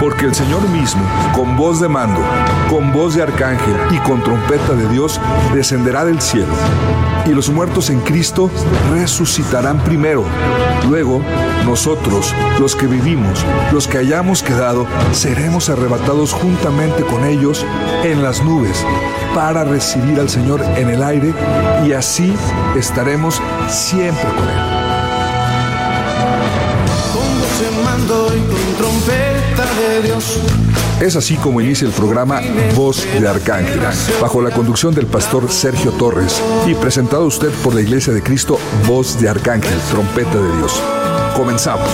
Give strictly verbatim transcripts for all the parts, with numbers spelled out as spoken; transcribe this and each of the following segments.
Porque el Señor mismo, con voz de mando, con voz de arcángel y con trompeta de Dios, descenderá del cielo. Y los muertos en Cristo resucitarán primero. Luego, nosotros, los que vivimos, los que hayamos quedado, seremos arrebatados juntamente con ellos en las nubes para recibir al Señor en el aire, y así estaremos siempre con Él. Con voz de mando y con trompeta de Dios. Es así como inicia el programa Voz de Arcángel, bajo la conducción del pastor Sergio Torres y presentado a usted por la Iglesia de Cristo Voz de Arcángel, Trompeta de Dios. Comenzamos.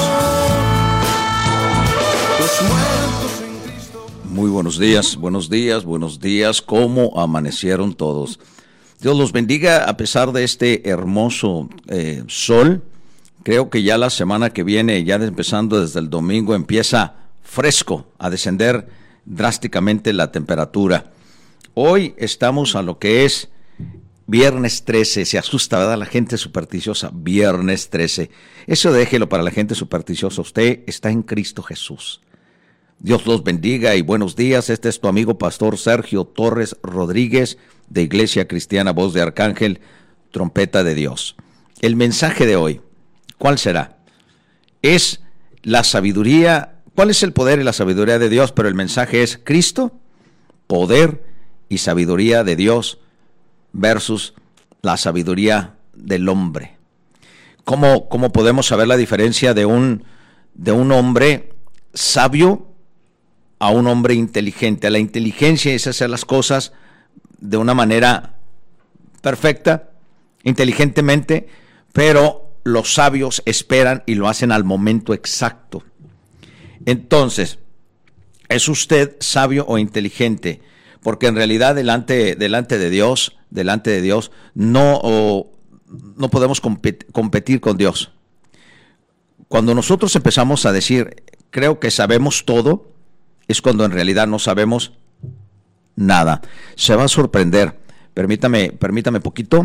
Muy buenos días, buenos días, buenos días. ¿Cómo amanecieron todos? Dios los bendiga a pesar de este hermoso eh, sol. Creo que ya la semana que viene, ya empezando desde el domingo, empieza fresco a descender drásticamente la temperatura. Hoy estamos a lo que es viernes trece. Se asusta, ¿verdad? La gente supersticiosa. Viernes trece. Eso déjelo para la gente supersticiosa. Usted está en Cristo Jesús. Dios los bendiga y buenos días. Este es tu amigo pastor Sergio Torres Rodríguez, de Iglesia Cristiana Voz de Arcángel, Trompeta de Dios. El mensaje de hoy, ¿cuál será? Es la sabiduría. ¿Cuál es el poder y la sabiduría de Dios? Pero el mensaje es Cristo, poder y sabiduría de Dios versus la sabiduría del hombre. ¿Cómo, cómo podemos saber la diferencia de un, de un hombre sabio a un hombre inteligente? La inteligencia es hacer las cosas de una manera perfecta, inteligentemente, pero los sabios esperan y lo hacen al momento exacto. Entonces, ¿es usted sabio o inteligente? Porque en realidad delante, delante de Dios, delante de Dios, no, o, no podemos compet- competir con Dios. Cuando nosotros empezamos a decir, creo que sabemos todo, es cuando en realidad no sabemos nada. Se va a sorprender. Permítame, permítame poquito.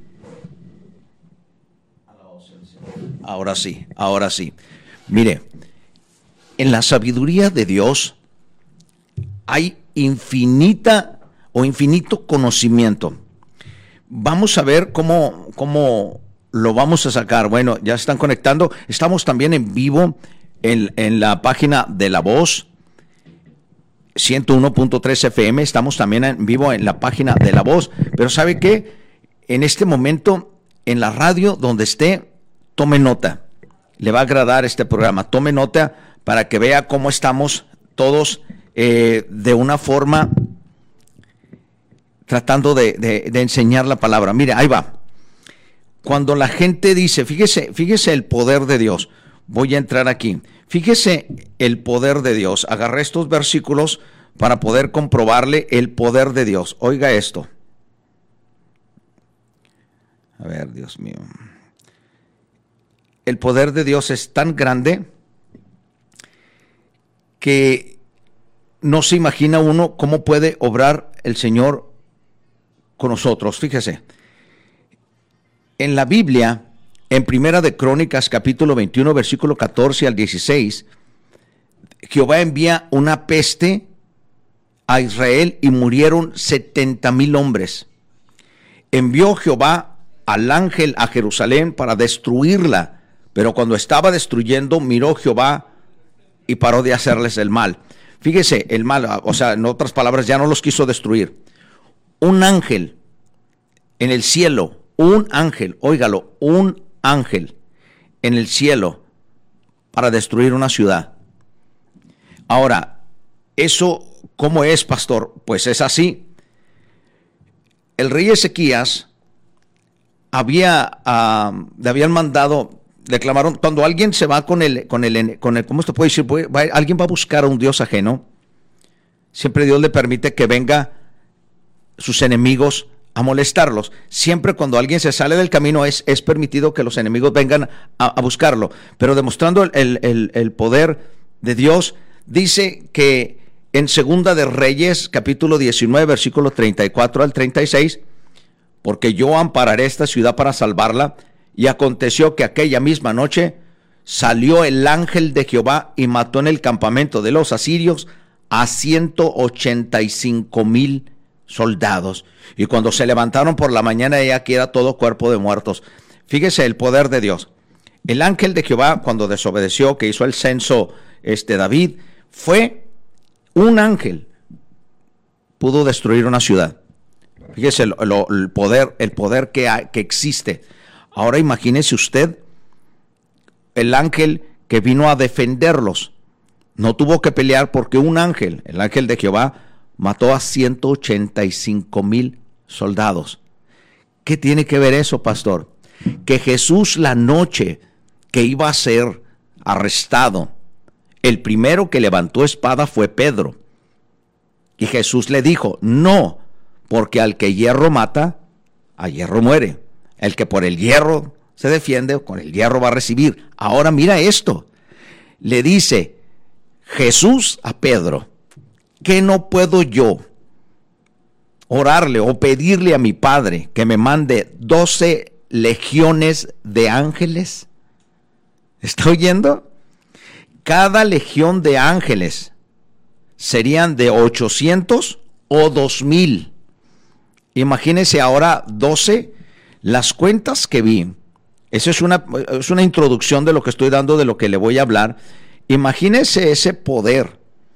Ahora sí, ahora sí. Mire, en la sabiduría de Dios hay infinita o infinito conocimiento. Vamos a ver cómo, cómo lo vamos a sacar. Bueno, ya están conectando. Estamos también en vivo en, en la página de La Voz, ciento uno punto tres F M. Estamos también en vivo en la página de La Voz. Pero ¿sabe qué? En este momento, en la radio donde esté, tome nota. Le va a agradar este programa. Tome nota para que vea cómo estamos todos eh, de una forma tratando de, de, de enseñar la palabra. Mire, ahí va. Cuando la gente dice, fíjese, fíjese el poder de Dios. Voy a entrar aquí. Fíjese el poder de Dios. Agarré estos versículos para poder comprobarle el poder de Dios. Oiga esto. A ver, Dios mío. El poder de Dios es tan grande que no se imagina uno cómo puede obrar el Señor con nosotros. Fíjese, en la Biblia, en Primera de Crónicas, capítulo veintiuno, versículo catorce al dieciséis, Jehová envía una peste a Israel y murieron setenta mil hombres. Envió Jehová al ángel a Jerusalén para destruirla, pero cuando estaba destruyendo, miró Jehová y paró de hacerles el mal. Fíjese, el mal, o sea, en otras palabras, ya no los quiso destruir. Un ángel en el cielo, un ángel, óigalo, un ángel en el cielo para destruir una ciudad. Ahora, ¿eso cómo es, pastor? Pues es así. El rey Ezequías había, uh, le habían mandado... Declamaron, cuando alguien se va con el, con el, con el, ¿cómo se puede decir? Va, alguien va a buscar a un Dios ajeno. Siempre Dios le permite que venga sus enemigos a molestarlos. Siempre cuando alguien se sale del camino es, es permitido que los enemigos vengan a, a buscarlo. Pero demostrando el, el, el poder de Dios, dice que en Segunda de Reyes, capítulo diecinueve, versículo treinta y cuatro al treinta y seis, porque yo ampararé esta ciudad para salvarla. Y aconteció que aquella misma noche salió el ángel de Jehová y mató en el campamento de los asirios a ciento ochenta y cinco mil soldados. Y cuando se levantaron por la mañana, he aquí era todo cuerpo de muertos. Fíjese el poder de Dios. El ángel de Jehová, cuando desobedeció, que hizo el censo este David, fue un ángel, pudo destruir una ciudad. Fíjese lo, lo, el poder, el poder que, hay, que existe. Ahora imagínese usted el ángel que vino a defenderlos. No tuvo que pelear porque un ángel, el ángel de Jehová, mató a ciento ochenta y cinco mil soldados. ¿Qué tiene que ver eso, pastor? Que Jesús, la noche que iba a ser arrestado, el primero que levantó espada fue Pedro. Y Jesús le dijo, no, porque al que hierro mata, a hierro muere. El que por el hierro se defiende, con el hierro va a recibir. Ahora mira esto. Le dice Jesús a Pedro, ¿qué no puedo yo orarle o pedirle a mi Padre que me mande doce legiones de ángeles? ¿Está oyendo? Cada legión de ángeles serían de ochocientos o dos mil. Imagínense ahora doce, las cuentas que vi. Esa es una, es una introducción de lo que estoy dando, de lo que le voy a hablar. Imagínense ese poder.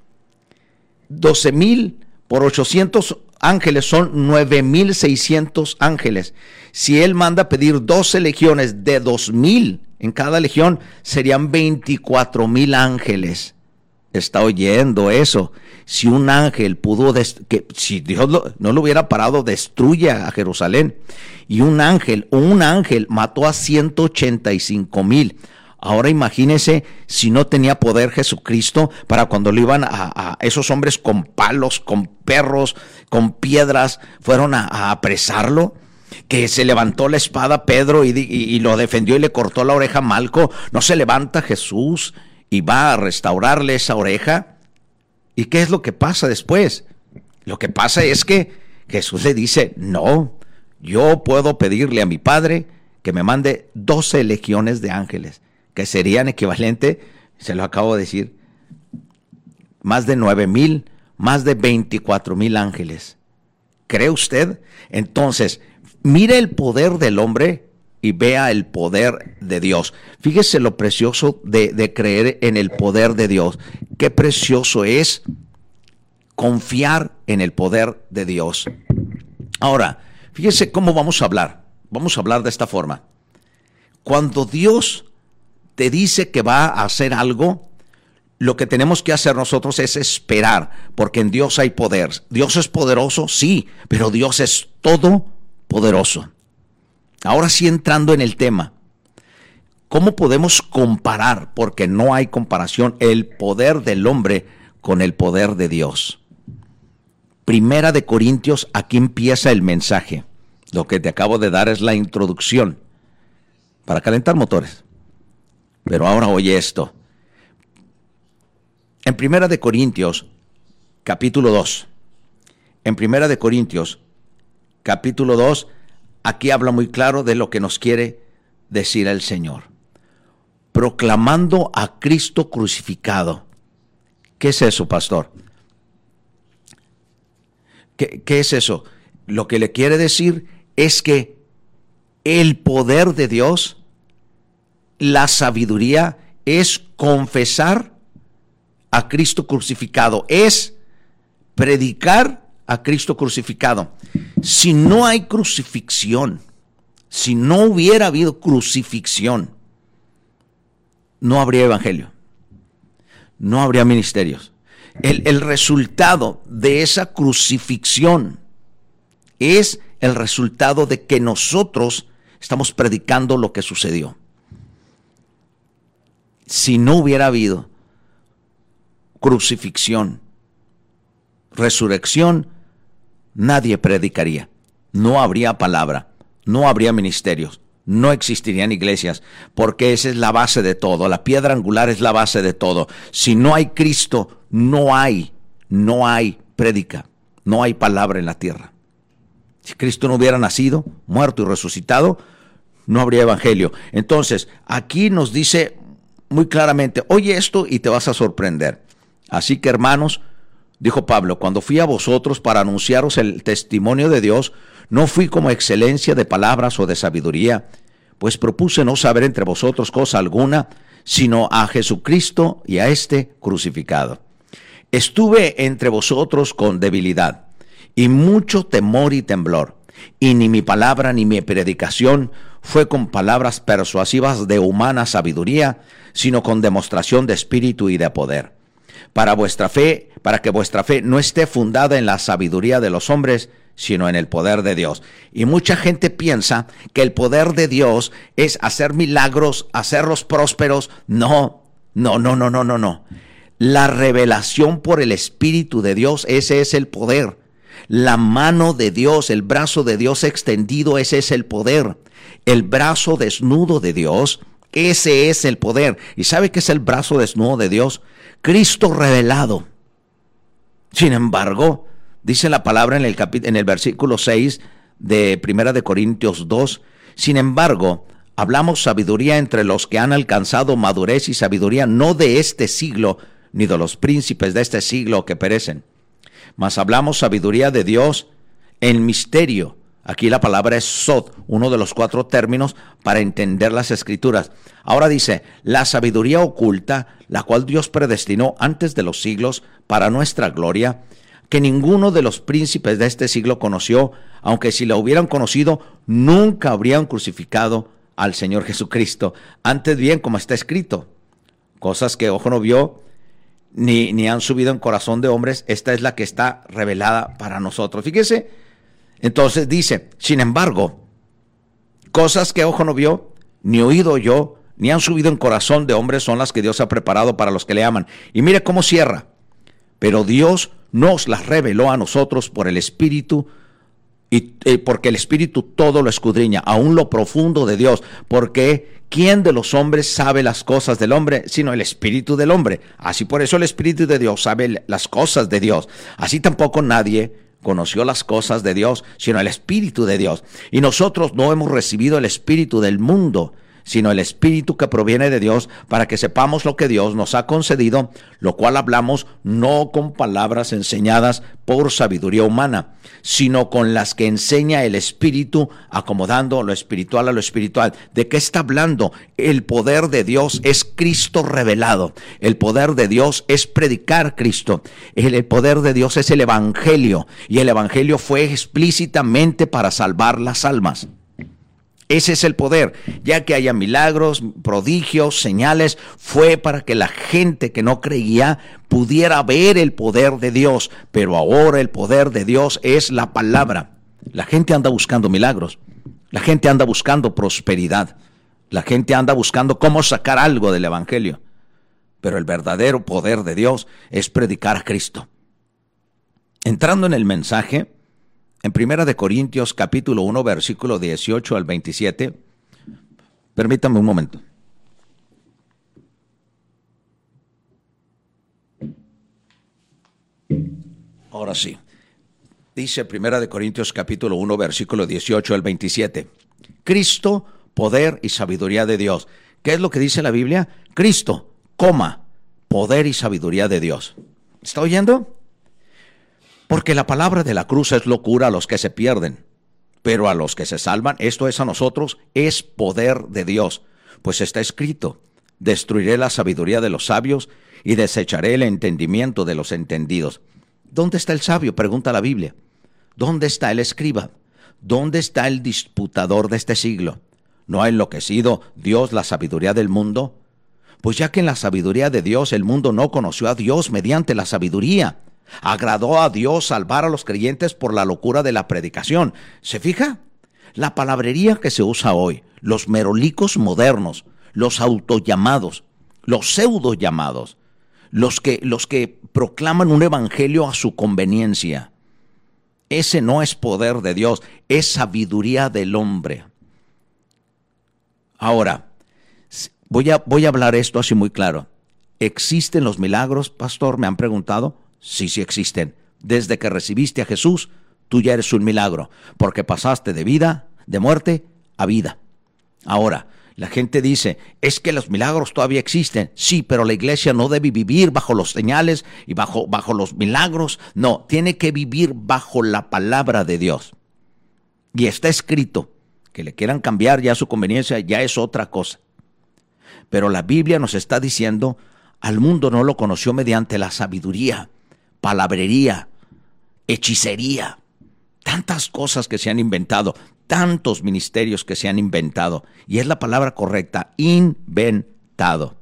doce mil por ochocientos ángeles son nueve mil seiscientos ángeles. Si él manda pedir doce legiones de dos mil en cada legión, serían veinticuatro mil ángeles. ¿Está oyendo eso? Si un ángel pudo, dest- que si Dios lo, no lo hubiera parado, destruye a Jerusalén. Y un ángel, un ángel mató a ciento ochenta y cinco mil. Ahora imagínese si no tenía poder Jesucristo para cuando lo iban a, a esos hombres con palos, con perros, con piedras, fueron a, a apresarlo. Que se levantó la espada Pedro y, y, y lo defendió y le cortó la oreja a Malco. ¿No se levanta Jesús y va a restaurarle esa oreja? ¿Y qué es lo que pasa después? Lo que pasa es que Jesús le dice, no, yo puedo pedirle a mi Padre que me mande doce legiones de ángeles, que serían equivalente, se lo acabo de decir, más de nueve mil, más de veinticuatro mil ángeles. ¿Cree usted? Entonces, mire el poder del hombre y vea el poder de Dios. Fíjese lo precioso de, de creer en el poder de Dios. Qué precioso es confiar en el poder de Dios. Ahora, fíjese cómo vamos a hablar. Vamos a hablar de esta forma. Cuando Dios te dice que va a hacer algo, lo que tenemos que hacer nosotros es esperar, porque en Dios hay poder. Dios es poderoso, sí, pero Dios es todopoderoso. Ahora sí, entrando en el tema, ¿cómo podemos comparar? Porque no hay comparación, el poder del hombre con el poder de Dios. Primera de Corintios, aquí empieza el mensaje. Lo que te acabo de dar es la introducción para calentar motores. Pero ahora oye esto. En Primera de Corintios, capítulo dos. En Primera de Corintios, capítulo dos, aquí habla muy claro de lo que nos quiere decir el Señor. Proclamando a Cristo crucificado. ¿Qué es eso, pastor? ¿Qué, qué es eso? Lo que le quiere decir es que el poder de Dios, la sabiduría, es confesar a Cristo crucificado, es predicar a Cristo crucificado. Si no hay crucifixión, si no hubiera habido crucifixión, no habría evangelio, no habría ministerios. El, el resultado de esa crucifixión es el resultado de que nosotros estamos predicando lo que sucedió. Si no hubiera habido crucifixión, resurrección, nadie predicaría. No habría palabra, no habría ministerios, no existirían iglesias, porque esa es la base de todo. La piedra angular es la base de todo. Si no hay Cristo, no hay, no hay prédica, no hay palabra en la tierra. Si Cristo no hubiera nacido, muerto y resucitado, no habría evangelio. Entonces, aquí nos dice muy claramente, oye esto y te vas a sorprender. Así que, hermanos, dijo Pablo, cuando fui a vosotros para anunciaros el testimonio de Dios, no fui como excelencia de palabras o de sabiduría, pues propuse no saber entre vosotros cosa alguna, sino a Jesucristo y a este crucificado. Estuve entre vosotros con debilidad y mucho temor y temblor, y ni mi palabra ni mi predicación fue con palabras persuasivas de humana sabiduría, sino con demostración de espíritu y de poder, para vuestra fe, para que vuestra fe no esté fundada en la sabiduría de los hombres, sino en el poder de Dios. Y mucha gente piensa que el poder de Dios es hacer milagros, hacerlos prósperos. No, no, no, no, no, no, no. La revelación por el Espíritu de Dios, ese es el poder. La mano de Dios, el brazo de Dios extendido, ese es el poder. El brazo desnudo de Dios, ese es el poder. ¿Y sabe qué es el brazo desnudo de Dios? Cristo revelado. Sin embargo, dice la palabra en el, capítulo, en el versículo seis de Primera de Corintios dos, sin embargo, hablamos sabiduría entre los que han alcanzado madurez y sabiduría, no de este siglo, ni de los príncipes de este siglo que perecen, mas hablamos sabiduría de Dios en misterio. Aquí la palabra es sod, uno de los cuatro términos para entender las Escrituras. Ahora dice, la sabiduría oculta, la cual Dios predestinó antes de los siglos para nuestra gloria, que ninguno de los príncipes de este siglo conoció, aunque si la hubieran conocido, nunca habrían crucificado al Señor Jesucristo. Antes bien, como está escrito, cosas que ojo no vio, ni, ni han subido en corazón de hombres, esta es la que está revelada para nosotros. Fíjese, entonces dice, sin embargo, cosas que ojo no vio, ni oído yo, ni han subido en corazón de hombres son las que Dios ha preparado para los que le aman. Y mire cómo cierra. Pero Dios nos las reveló a nosotros por el Espíritu, y eh, porque el Espíritu todo lo escudriña, aún lo profundo de Dios. Porque ¿quién de los hombres sabe las cosas del hombre, sino el Espíritu del hombre? Así por eso el Espíritu de Dios sabe las cosas de Dios. Así tampoco nadie conoció las cosas de Dios, sino el Espíritu de Dios. Y nosotros no hemos recibido el espíritu del mundo, sino el Espíritu que proviene de Dios, para que sepamos lo que Dios nos ha concedido, lo cual hablamos no con palabras enseñadas por sabiduría humana, sino con las que enseña el Espíritu, acomodando lo espiritual a lo espiritual. ¿De qué está hablando? El poder de Dios es Cristo revelado. El poder de Dios es predicar Cristo. El, el poder de Dios es el Evangelio, y el Evangelio fue explícitamente para salvar las almas. Ese es el poder, ya que haya milagros, prodigios, señales, fue para que la gente que no creía pudiera ver el poder de Dios. Pero ahora el poder de Dios es la palabra. La gente anda buscando milagros, la gente anda buscando prosperidad, la gente anda buscando cómo sacar algo del Evangelio. Pero el verdadero poder de Dios es predicar a Cristo. Entrando en el mensaje, en Primera de Corintios capítulo uno, versículo dieciocho al veintisiete, permítame un momento. Ahora sí. Dice Primera de Corintios capítulo uno, versículo dieciocho al veintisiete. Cristo, poder y sabiduría de Dios. ¿Qué es lo que dice la Biblia? Cristo, coma, poder y sabiduría de Dios. ¿Está oyendo? Porque la palabra de la cruz es locura a los que se pierden, pero a los que se salvan, esto es a nosotros, es poder de Dios. Pues está escrito, destruiré la sabiduría de los sabios y desecharé el entendimiento de los entendidos. ¿Dónde está el sabio?, pregunta la Biblia. ¿Dónde está el escriba? ¿Dónde está el disputador de este siglo? ¿No ha enloquecido Dios la sabiduría del mundo? Pues ya que en la sabiduría de Dios el mundo no conoció a Dios mediante la sabiduría, agradó a Dios salvar a los creyentes por la locura de la predicación. ¿Se fija? La palabrería que se usa hoy, los merolicos modernos, los autollamados, los pseudo llamados, los que, los que proclaman un evangelio a su conveniencia. Ese no es poder de Dios, es sabiduría del hombre. Ahora, voy a, voy a hablar esto así muy claro. ¿Existen los milagros, pastor? Me han preguntado. Sí, sí existen. Desde que recibiste a Jesús, tú ya eres un milagro, porque pasaste de vida, de muerte, a vida. Ahora, La gente dice, es que los milagros todavía existen. Sí, pero la iglesia no debe vivir bajo los señales y bajo, bajo los milagros. No, tiene que vivir bajo la palabra de Dios. Y está escrito. Que le quieran cambiar ya a su conveniencia ya es otra cosa. Pero la Biblia nos está diciendo, al mundo no lo conoció mediante la sabiduría, palabrería, hechicería. Tantas cosas que se han inventado. Tantos ministerios que se han inventado, y es la palabra correcta, inventado.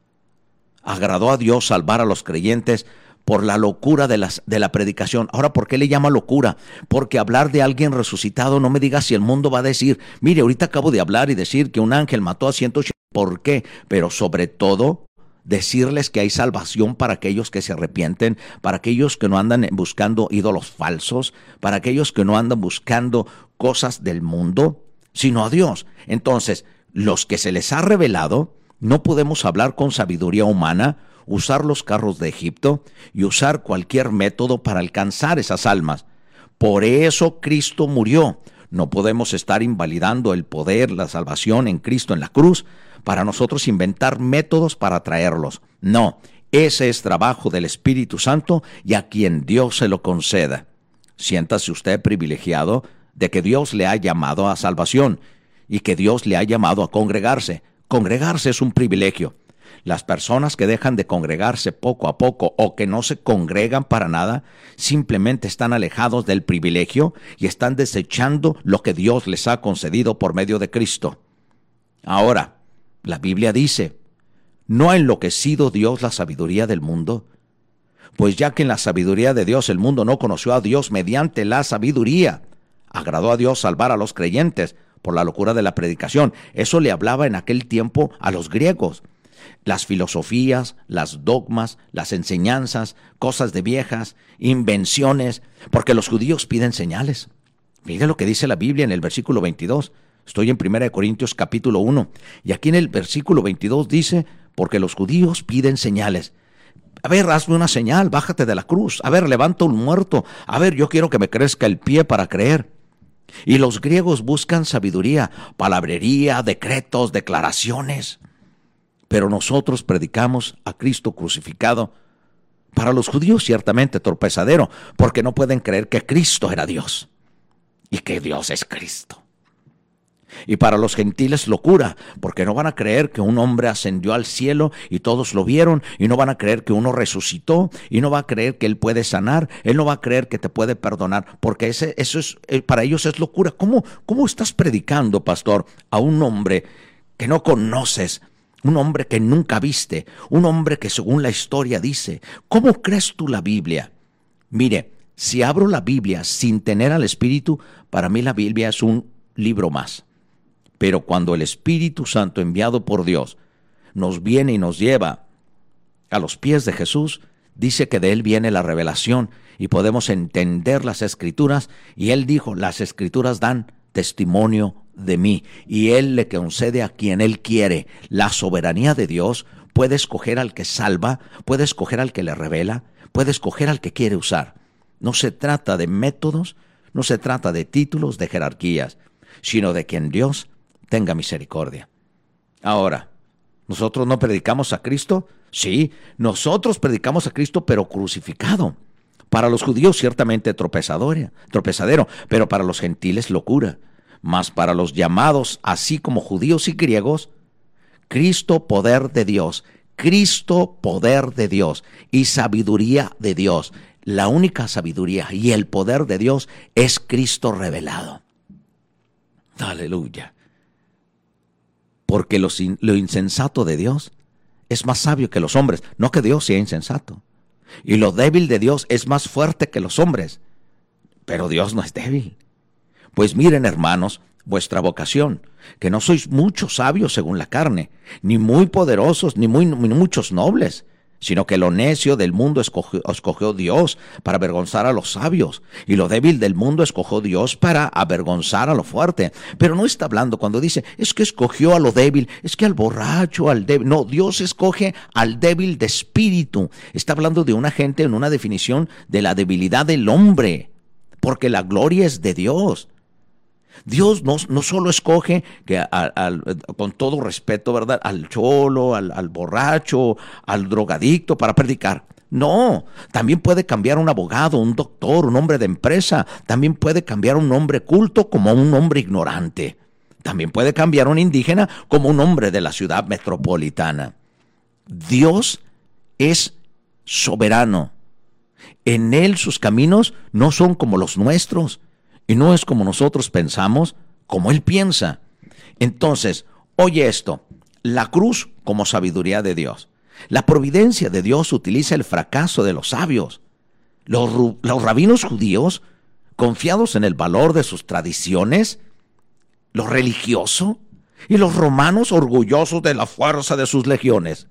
Agradó a Dios salvar a los creyentes por la locura de, las, de la predicación. Ahora, ¿por qué le llama locura? Porque hablar de alguien resucitado, no me digas si el mundo va a decir, mire, ahorita acabo de hablar y decir que un ángel mató a ciento ochenta. ¿Por qué? Pero sobre todo, decirles que hay salvación para aquellos que se arrepienten, para aquellos que no andan buscando ídolos falsos, para aquellos que no andan buscando cosas del mundo, sino a Dios. Entonces, los que se les ha revelado, no podemos hablar con sabiduría humana, usar los carros de Egipto y usar cualquier método para alcanzar esas almas. Por eso Cristo murió. No podemos estar invalidando el poder, la salvación en Cristo en la cruz, para nosotros inventar métodos para traerlos. No, ese es trabajo del Espíritu Santo y a quien Dios se lo conceda. Siéntase usted privilegiado de que Dios le ha llamado a salvación y que Dios le ha llamado a congregarse. Congregarse es un privilegio. Las personas que dejan de congregarse poco a poco o que no se congregan para nada, simplemente están alejados del privilegio y están desechando lo que Dios les ha concedido por medio de Cristo. Ahora, la Biblia dice, ¿no ha enloquecido Dios la sabiduría del mundo? Pues ya que en la sabiduría de Dios el mundo no conoció a Dios mediante la sabiduría, agradó a Dios salvar a los creyentes por la locura de la predicación. Eso le hablaba en aquel tiempo a los griegos. Las filosofías, las dogmas, las enseñanzas, cosas de viejas, invenciones, porque los judíos piden señales. Mire lo que dice la Biblia en el versículo veintidós. Estoy en primera de Corintios capítulo uno. Y aquí en el versículo veintidós dice, porque los judíos piden señales. A ver, hazme una señal, bájate de la cruz. A ver, levanta un muerto. A ver, yo quiero que me crezca el pie para creer. Y los griegos buscan sabiduría, palabrería, decretos, declaraciones. Pero nosotros predicamos a Cristo crucificado. Para los judíos ciertamente tropezadero, porque no pueden creer que Cristo era Dios y que Dios es Cristo. Y para los gentiles locura, porque no van a creer que un hombre ascendió al cielo y todos lo vieron, y no van a creer que uno resucitó, y no va a creer que él puede sanar, él no va a creer que te puede perdonar, porque ese, eso es, para ellos es locura. ¿Cómo, cómo estás predicando, pastor, a un hombre que no conoces? Un hombre que nunca viste, un hombre que según la historia dice, ¿cómo crees tú la Biblia? Mire, si abro la Biblia sin tener al Espíritu, para mí la Biblia es un libro más. Pero cuando el Espíritu Santo enviado por Dios nos viene y nos lleva a los pies de Jesús, dice que de Él viene la revelación y podemos entender las Escrituras. Y Él dijo, las Escrituras dan testimonio de mí, y Él le concede a quien Él quiere. La soberanía de Dios puede escoger al que salva, puede escoger al que le revela, puede escoger al que quiere usar. No se trata de métodos, no se trata de títulos, de jerarquías, sino de quien Dios tenga misericordia. Ahora, ¿nosotros no predicamos a Cristo? Sí, nosotros predicamos a Cristo, pero crucificado. Para los judíos ciertamente tropezadora, tropezadero, pero para los gentiles locura. Mas para los llamados, así como judíos y griegos, Cristo poder de Dios, Cristo poder de Dios y sabiduría de Dios. La única sabiduría y el poder de Dios es Cristo revelado. Aleluya. Porque lo, lo insensato de Dios es más sabio que los hombres, no que Dios sea insensato. Y lo débil de Dios es más fuerte que los hombres, pero Dios no es débil. Pues miren, hermanos, vuestra vocación, que no sois muchos sabios según la carne, ni muy poderosos, ni, muy, ni muchos nobles, sino que lo necio del mundo escogió, escogió Dios para avergonzar a los sabios, y lo débil del mundo escogió Dios para avergonzar a lo fuerte. Pero no está hablando cuando dice, es que escogió a lo débil, es que al borracho, al débil. No, Dios escoge al débil de espíritu. Está hablando de una gente en una definición de la debilidad del hombre, porque la gloria es de Dios. Dios no, no solo escoge que a, a, con todo respeto, ¿verdad?, al cholo, al, al borracho, al drogadicto para predicar. No, también puede cambiar un abogado, un doctor, un hombre de empresa. También puede cambiar un hombre culto como un hombre ignorante. También puede cambiar un indígena como un hombre de la ciudad metropolitana. Dios es soberano. En Él sus caminos no son como los nuestros. Y no es como nosotros pensamos, como Él piensa. Entonces, oye esto, la cruz como sabiduría de Dios. La providencia de Dios utiliza el fracaso de los sabios. Los, los rabinos judíos, confiados en el valor de sus tradiciones, lo religioso, y los romanos orgullosos de la fuerza de sus legiones.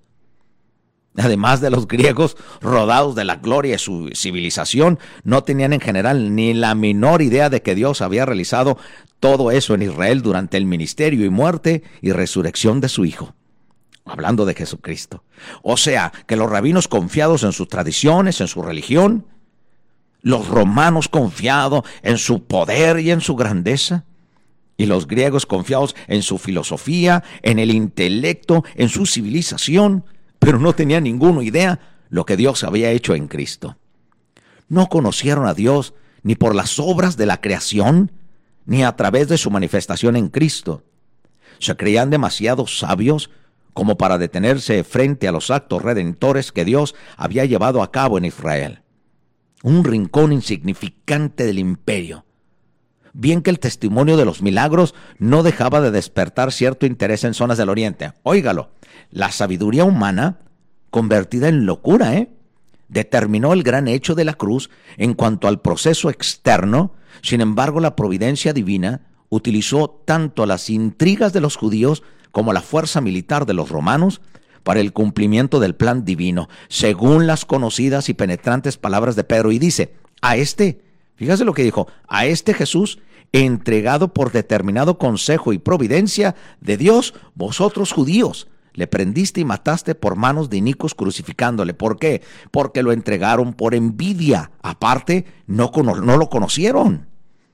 Además de los griegos, rodados de la gloria de su civilización, no tenían en general ni la menor idea de que Dios había realizado todo eso en Israel durante el ministerio y muerte y resurrección de su Hijo. Hablando de Jesucristo. O sea, que los rabinos confiados en sus tradiciones, en su religión, los romanos confiados en su poder y en su grandeza, y los griegos confiados en su filosofía, en el intelecto, en su civilización, pero no tenían ninguna idea lo que Dios había hecho en Cristo. No conocieron a Dios ni por las obras de la creación, ni a través de su manifestación en Cristo. Se creían demasiado sabios como para detenerse frente a los actos redentores que Dios había llevado a cabo en Israel. Un rincón insignificante del imperio. Bien que el testimonio de los milagros no dejaba de despertar cierto interés en zonas del oriente. Óigalo, la sabiduría humana, convertida en locura, ¿eh? determinó el gran hecho de la cruz en cuanto al proceso externo. Sin embargo, la providencia divina utilizó tanto las intrigas de los judíos como la fuerza militar de los romanos para el cumplimiento del plan divino, según las conocidas y penetrantes palabras de Pedro. Y dice, a este, fíjase lo que dijo, a este Jesús, entregado por determinado consejo y providencia de Dios, vosotros judíos, le prendiste y mataste por manos de inicuos crucificándole. ¿Por qué? Porque lo entregaron por envidia. Aparte, no, no lo conocieron.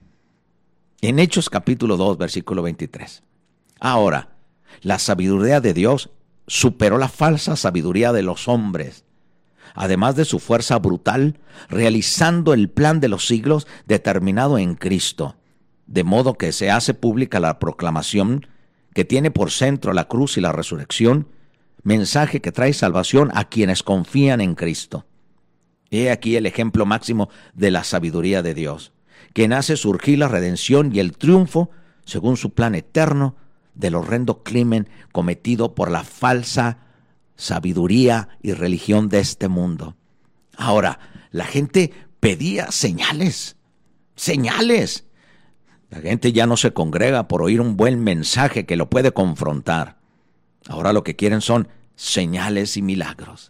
En Hechos capítulo dos, versículo veintitrés. Ahora, la sabiduría de Dios superó la falsa sabiduría de los hombres, además de su fuerza brutal, realizando el plan de los siglos determinado en Cristo, de modo que se hace pública la proclamación que tiene por centro la cruz y la resurrección, mensaje que trae salvación a quienes confían en Cristo. He aquí el ejemplo máximo de la sabiduría de Dios, quien hace surgir la redención y el triunfo, según su plan eterno, del horrendo crimen cometido por la falsa sabiduría y religión de este mundo. Ahora, la gente pedía señales, señales. La gente ya no se congrega por oír un buen mensaje que lo puede confrontar. Ahora lo que quieren son señales y milagros.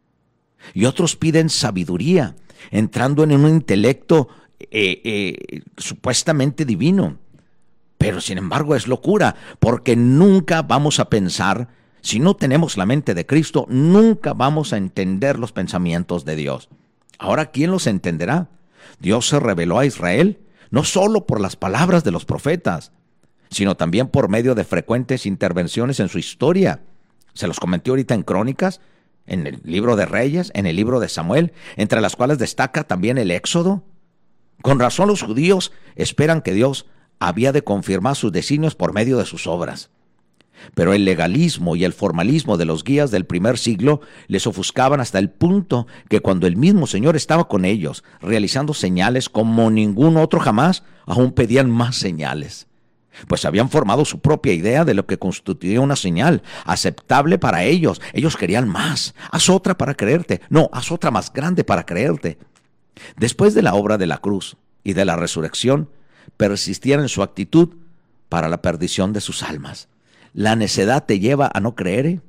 Y otros piden sabiduría, entrando en un intelecto eh, eh, supuestamente divino. Pero sin embargo es locura, porque nunca vamos a pensar, si no tenemos la mente de Cristo, nunca vamos a entender los pensamientos de Dios. Ahora, ¿quién los entenderá? Dios se reveló a Israel no solo por las palabras de los profetas, sino también por medio de frecuentes intervenciones en su historia. Se los comenté ahorita en Crónicas, en el libro de Reyes, en el libro de Samuel, entre las cuales destaca también el Éxodo. Con razón los judíos esperan que Dios había de confirmar sus designios por medio de sus obras. Pero el legalismo y el formalismo de los guías del primer siglo les ofuscaban hasta el punto que cuando el mismo Señor estaba con ellos, realizando señales como ningún otro jamás, aún pedían más señales. Pues habían formado su propia idea de lo que constituía una señal aceptable para ellos. Ellos querían más. Haz otra para creerte. No, haz otra más grande para creerte. Después de la obra de la cruz y de la resurrección, persistían en su actitud para la perdición de sus almas. La necedad te lleva a no creer. ¿eh?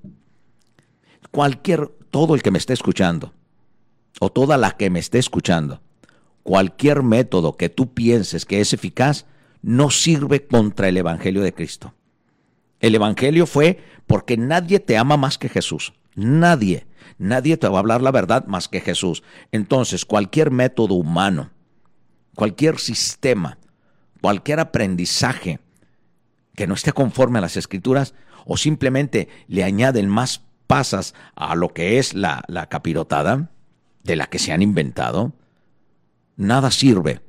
Cualquier, todo el que me esté escuchando, o toda la que me esté escuchando, cualquier método que tú pienses que es eficaz, no sirve contra el Evangelio de Cristo. El Evangelio fue porque nadie te ama más que Jesús. Nadie, nadie te va a hablar la verdad más que Jesús. Entonces, cualquier método humano, cualquier sistema, cualquier aprendizaje que no esté conforme a las Escrituras o simplemente le añaden más pasas a lo que es la, la capirotada de la que se han inventado, nada sirve.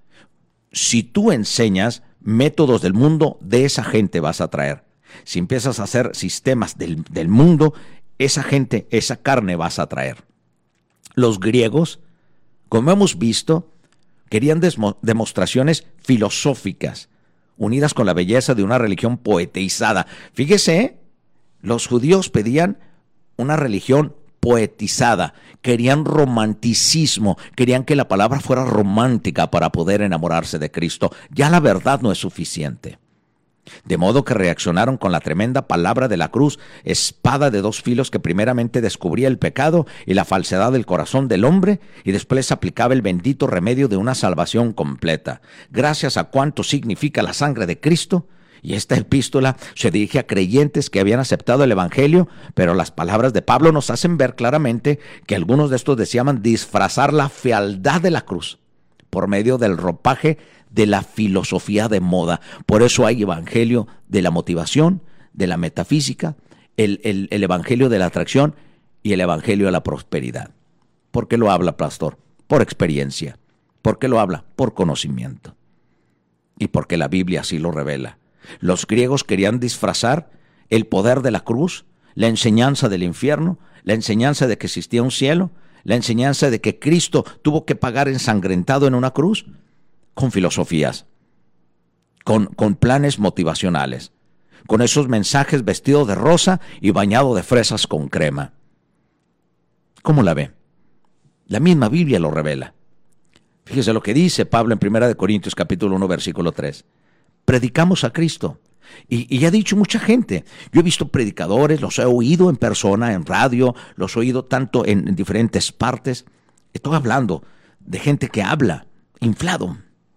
Si tú enseñas métodos del mundo, de esa gente vas a traer. Si empiezas a hacer sistemas del, del mundo, esa gente, esa carne vas a traer. Los griegos, como hemos visto, querían desmo- demostraciones filosóficas, unidas con la belleza de una religión poetizada. Fíjese, ¿eh? Los judíos pedían una religión poetizada, querían romanticismo, querían que la palabra fuera romántica para poder enamorarse de Cristo. Ya la verdad no es suficiente. De modo que reaccionaron con la tremenda palabra de la cruz, espada de dos filos que primeramente descubría el pecado y la falsedad del corazón del hombre y después aplicaba el bendito remedio de una salvación completa. Gracias a cuánto significa la sangre de Cristo. Y esta epístola se dirige a creyentes que habían aceptado el Evangelio, pero las palabras de Pablo nos hacen ver claramente que algunos de estos deseaban disfrazar la fealdad de la cruz por medio del ropaje de la filosofía de moda. Por eso hay evangelio de la motivación, de la metafísica, el, el, el evangelio de la atracción y el evangelio de la prosperidad. ¿Por qué lo habla, pastor? Por experiencia. ¿Por qué lo habla? Por conocimiento. Y porque la Biblia así lo revela. Los griegos querían disfrazar el poder de la cruz, la enseñanza del infierno, la enseñanza de que existía un cielo, la enseñanza de que Cristo tuvo que pagar ensangrentado en una cruz, con filosofías, con, con planes motivacionales, con esos mensajes vestidos de rosa y bañado de fresas con crema. ¿Cómo la ve? La misma Biblia lo revela. Fíjese lo que dice Pablo en primera de Corintios capítulo uno versículo tres. Predicamos a Cristo. Y, y ha dicho mucha gente. Yo he visto predicadores, los he oído en persona, en radio, los he oído tanto en, en diferentes partes. Estoy hablando de gente que habla inflado.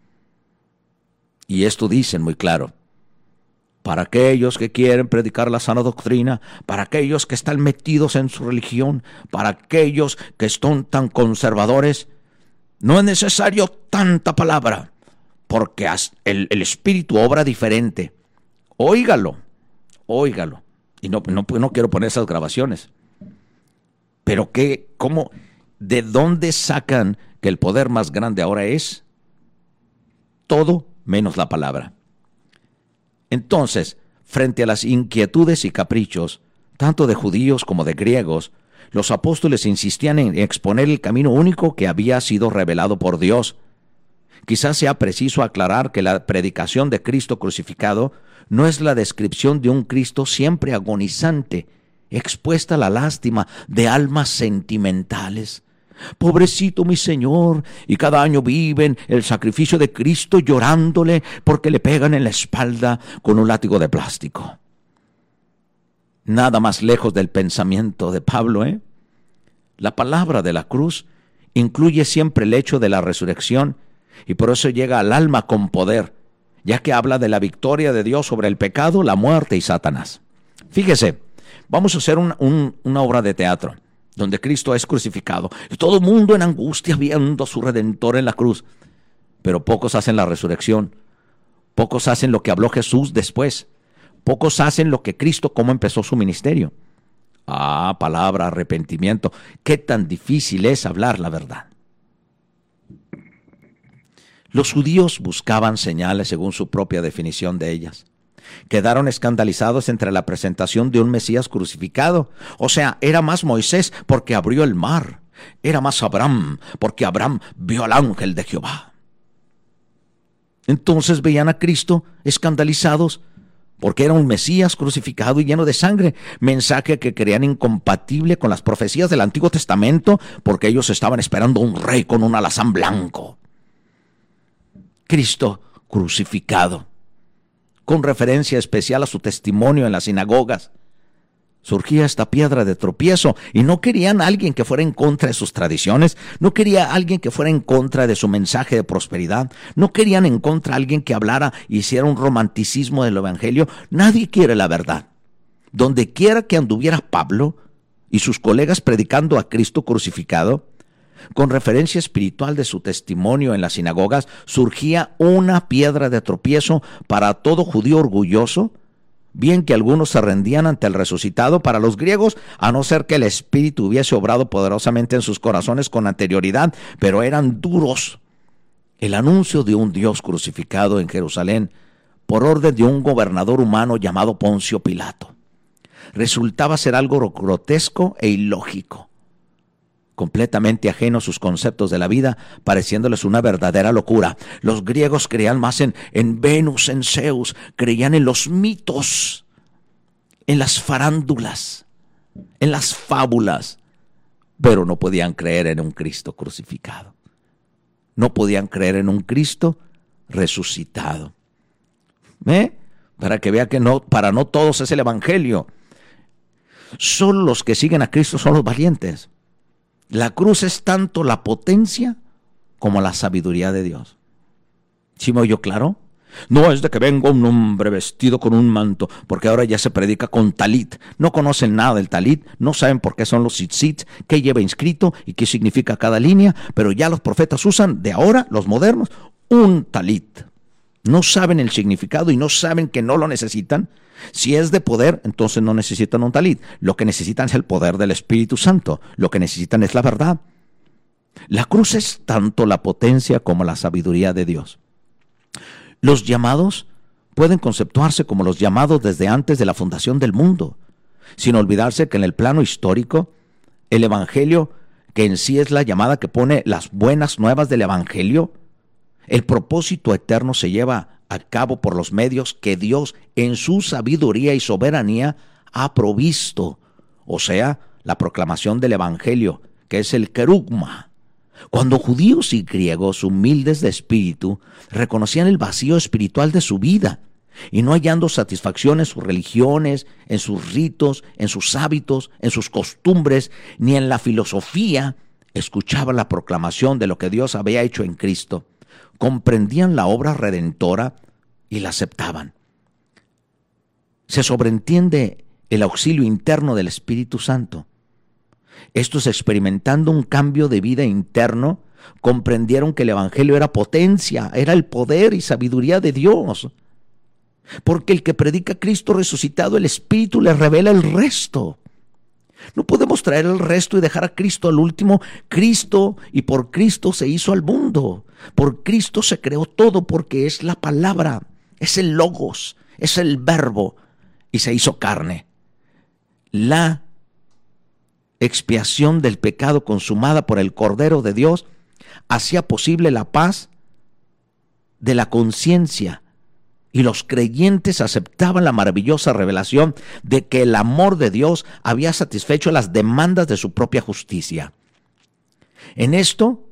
Y esto dicen muy claro. Para aquellos que quieren predicar la sana doctrina, para aquellos que están metidos en su religión, para aquellos que son tan conservadores, no es necesario tanta palabra, porque el, el Espíritu obra diferente. Óigalo, óigalo. Y no, no, no quiero poner esas grabaciones. Pero qué, cómo, ¿de dónde sacan que el poder más grande ahora es todo menos la palabra? Entonces, frente a las inquietudes y caprichos, tanto de judíos como de griegos, los apóstoles insistían en exponer el camino único que había sido revelado por Dios. Quizás sea preciso aclarar que la predicación de Cristo crucificado no es la descripción de un Cristo siempre agonizante, expuesta a la lástima de almas sentimentales. Pobrecito mi Señor, y cada año viven el sacrificio de Cristo llorándole porque le pegan en la espalda con un látigo de plástico. Nada más lejos del pensamiento de Pablo, ¿eh? La palabra de la cruz incluye siempre el hecho de la resurrección y por eso llega al alma con poder, ya que habla de la victoria de Dios sobre el pecado, la muerte y Satanás. Fíjese, vamos a hacer un, un, una obra de teatro donde Cristo es crucificado y todo el mundo en angustia viendo a su Redentor en la cruz. Pero pocos hacen la resurrección, pocos hacen lo que habló Jesús después, pocos hacen lo que Cristo, cómo empezó su ministerio. Ah, palabra, arrepentimiento. Qué tan difícil es hablar la verdad. Los judíos buscaban señales según su propia definición de ellas. Quedaron escandalizados entre la presentación de un Mesías crucificado. O sea, era más Moisés porque abrió el mar. Era más Abraham porque Abraham vio al ángel de Jehová. Entonces veían a Cristo escandalizados porque era un Mesías crucificado y lleno de sangre, mensaje que creían incompatible con las profecías del Antiguo Testamento, porque ellos estaban esperando un rey con un alazán blanco. Cristo crucificado, con referencia especial a su testimonio en las sinagogas. Surgía esta piedra de tropiezo y no querían a alguien que fuera en contra de sus tradiciones, no quería a alguien que fuera en contra de su mensaje de prosperidad, no querían en contra a alguien que hablara y hiciera un romanticismo del evangelio. Nadie quiere la verdad. Donde quiera que anduviera Pablo y sus colegas predicando a Cristo crucificado, Con referencia espiritual de su testimonio en las sinagogas, surgía una piedra de tropiezo para todo judío orgulloso, bien que algunos se rendían ante el resucitado. Para los griegos, a no ser que el Espíritu hubiese obrado poderosamente en sus corazones con anterioridad, pero eran duros. El anuncio de un Dios crucificado en Jerusalén por orden de un gobernador humano llamado Poncio Pilato resultaba ser algo grotesco e ilógico, completamente ajeno a sus conceptos de la vida, pareciéndoles una verdadera locura. Los griegos creían más en, en Venus, en Zeus, creían en los mitos, en las farándulas, en las fábulas, pero no podían creer en un Cristo crucificado. No podían creer en un Cristo resucitado. ¿Eh? Para que vea que no, para no todos es el evangelio. Solo los que siguen a Cristo son los valientes. La cruz es tanto la potencia como la sabiduría de Dios. ¿Sí me oyó claro? No es de que venga un hombre vestido con un manto, porque ahora ya se predica con talit. No conocen nada del talit, no saben por qué son los tzitzit, qué lleva inscrito y qué significa cada línea, pero ya los profetas usan de ahora, los modernos, un talit. No saben el significado y no saben que no lo necesitan. Si es de poder, entonces no necesitan un talit. Lo que necesitan es el poder del Espíritu Santo. Lo que necesitan es la verdad. La cruz es tanto la potencia como la sabiduría de Dios. Los llamados pueden conceptuarse como los llamados desde antes de la fundación del mundo, sin olvidarse que en el plano histórico, el Evangelio, que en sí es la llamada que pone las buenas nuevas del Evangelio, el propósito eterno se lleva a cabo por los medios que Dios en su sabiduría y soberanía ha provisto, o sea, la proclamación del Evangelio, que es el querugma. Cuando judíos y griegos humildes de espíritu reconocían el vacío espiritual de su vida y no hallando satisfacción en sus religiones, en sus ritos, en sus hábitos, en sus costumbres, ni en la filosofía, escuchaban la proclamación de lo que Dios había hecho en Cristo, comprendían la obra redentora y la aceptaban. Se sobreentiende el auxilio interno del Espíritu Santo. Estos, experimentando un cambio de vida interno, comprendieron que el Evangelio era potencia, era el poder y sabiduría de Dios. Porque el que predica a Cristo resucitado, el Espíritu le revela el resto. No podemos traer el resto y dejar a Cristo al último. Cristo, y por Cristo se hizo al mundo. Por Cristo se creó todo, porque es la palabra, es el logos, es el verbo, y se hizo carne. La expiación del pecado consumada por el Cordero de Dios hacía posible la paz de la conciencia, y los creyentes aceptaban la maravillosa revelación de que el amor de Dios había satisfecho las demandas de su propia justicia. En esto,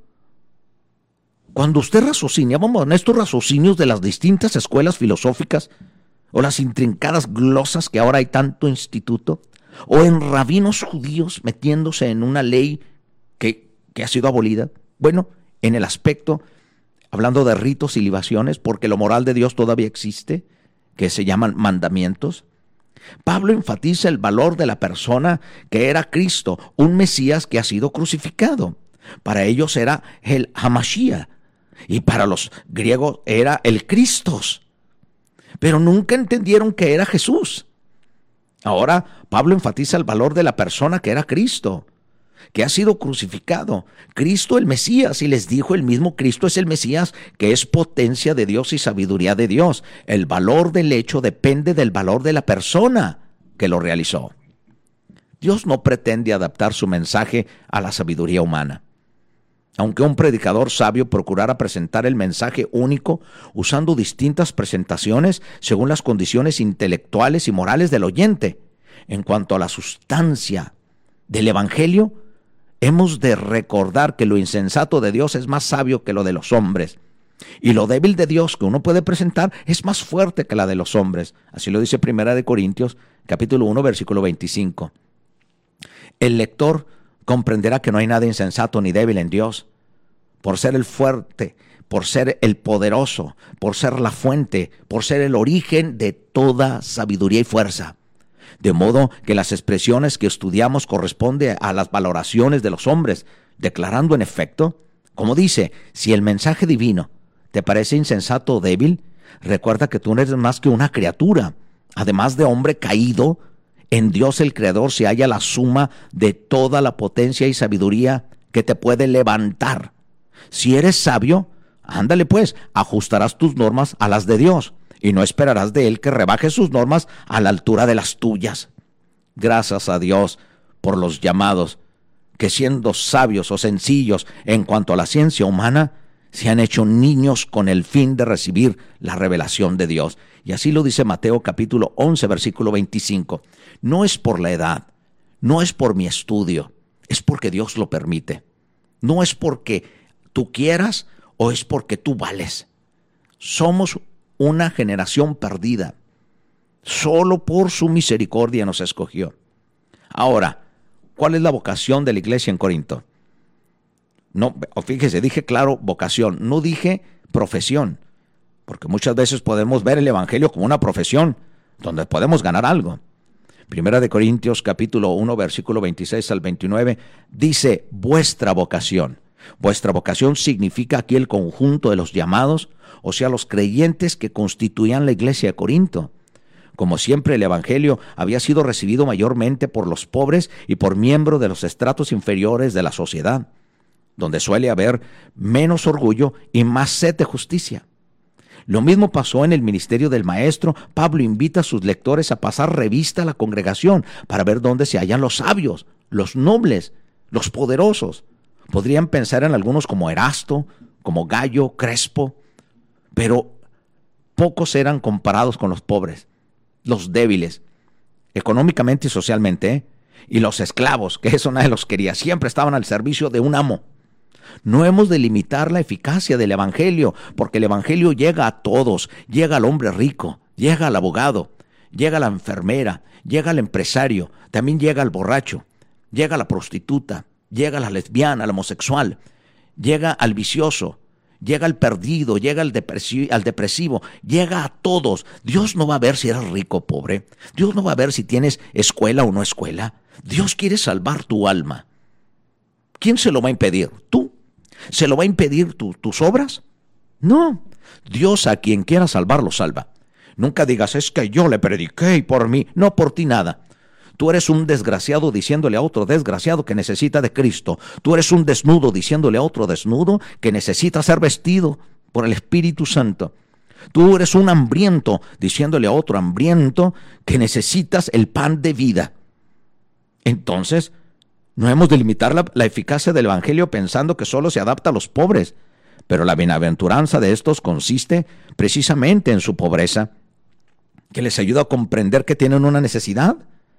cuando usted raciocina, vamos en estos raciocinios de las distintas escuelas filosóficas o las intrincadas glosas que ahora hay tanto instituto, o en rabinos judíos metiéndose en una ley que, que ha sido abolida, bueno, en el aspecto, hablando de ritos y libaciones, porque lo moral de Dios todavía existe, que se llaman mandamientos, Pablo enfatiza el valor de la persona que era Cristo, un Mesías que ha sido crucificado. Para ellos era el Hamashiach, y para los griegos era el Cristos, pero nunca entendieron que era Jesús. Ahora Pablo enfatiza el valor de la persona que era Cristo, que ha sido crucificado, Cristo el Mesías, y les dijo el mismo Cristo es el Mesías, que es potencia de Dios y sabiduría de Dios. El valor del hecho depende del valor de la persona que lo realizó. Dios no pretende adaptar su mensaje a la sabiduría humana. Aunque un predicador sabio procurara presentar el mensaje único usando distintas presentaciones según las condiciones intelectuales y morales del oyente, en cuanto a la sustancia del Evangelio, hemos de recordar que lo insensato de Dios es más sabio que lo de los hombres, y lo débil de Dios que uno puede presentar es más fuerte que la de los hombres. Así lo dice Primera de Corintios, capítulo uno, versículo veinticinco. El lector comprenderá que no hay nada insensato ni débil en Dios, por ser el fuerte, por ser el poderoso, por ser la fuente, por ser el origen de toda sabiduría y fuerza. De modo que las expresiones que estudiamos corresponden a las valoraciones de los hombres. declarando en efecto, como dice, si el mensaje divino te parece insensato o débil, recuerda que tú no eres más que una criatura. Además de hombre caído, en Dios el Creador se halla la suma de toda la potencia y sabiduría que te puede levantar. Si eres sabio, ándale pues, ajustarás tus normas a las de Dios y no esperarás de Él que rebaje sus normas a la altura de las tuyas. Gracias a Dios por los llamados que, siendo sabios o sencillos en cuanto a la ciencia humana, se han hecho niños con el fin de recibir la revelación de Dios. Y así lo dice Mateo capítulo once, versículo veinticinco. No es por la edad, no es por mi estudio, es porque Dios lo permite. No es porque tú quieras o es porque tú vales. Somos una generación perdida. Solo por su misericordia nos escogió. Ahora, ¿cuál es la vocación de la iglesia en Corinto? No, fíjese, dije claro vocación, no dije profesión, porque muchas veces podemos ver el evangelio como una profesión, donde podemos ganar algo. Primera de Corintios capítulo uno, versículo veintiséis al veintinueve, dice vuestra vocación. Vuestra vocación significa aquí el conjunto de los llamados, o sea, los creyentes que constituían la iglesia de Corinto. Como siempre, el evangelio había sido recibido mayormente por los pobres y por miembros de los estratos inferiores de la sociedad, donde suele haber menos orgullo y más sed de justicia. Lo mismo pasó en el ministerio del maestro. Pablo invita a sus lectores a pasar revista a la congregación para ver dónde se hallan los sabios, los nobles, los poderosos. Podrían pensar en algunos como Erasto, como Gallo, Crespo, pero pocos eran comparados con los pobres, los débiles, económicamente y socialmente, ¿eh? Y los esclavos, que eso nadie los quería, siempre estaban al servicio de un amo. No hemos de limitar la eficacia del evangelio, porque el evangelio llega a todos, llega al hombre rico, llega al abogado, llega a la enfermera, llega al empresario, también llega al borracho, llega a la prostituta, llega a la lesbiana, al homosexual, llega al vicioso, llega al perdido, llega al depresivo, al depresivo, llega a todos. Dios no va a ver si eres rico o pobre, Dios no va a ver si tienes escuela o no escuela. Dios quiere salvar tu alma. ¿Quién se lo va a impedir? ¿Tú? ¿Se lo va a impedir tu, tus obras? No. Dios a quien quiera salvar lo salva. Nunca digas, es que yo le prediqué y por mí. No, por ti nada. Tú eres un desgraciado diciéndole a otro desgraciado que necesita de Cristo. Tú eres un desnudo diciéndole a otro desnudo que necesita ser vestido por el Espíritu Santo. Tú eres un hambriento diciéndole a otro hambriento que necesitas el pan de vida. Entonces, no hemos de limitar la, la eficacia del evangelio pensando que solo se adapta a los pobres, pero la bienaventuranza de estos consiste precisamente en su pobreza, que les ayuda a comprender que tienen una necesidad.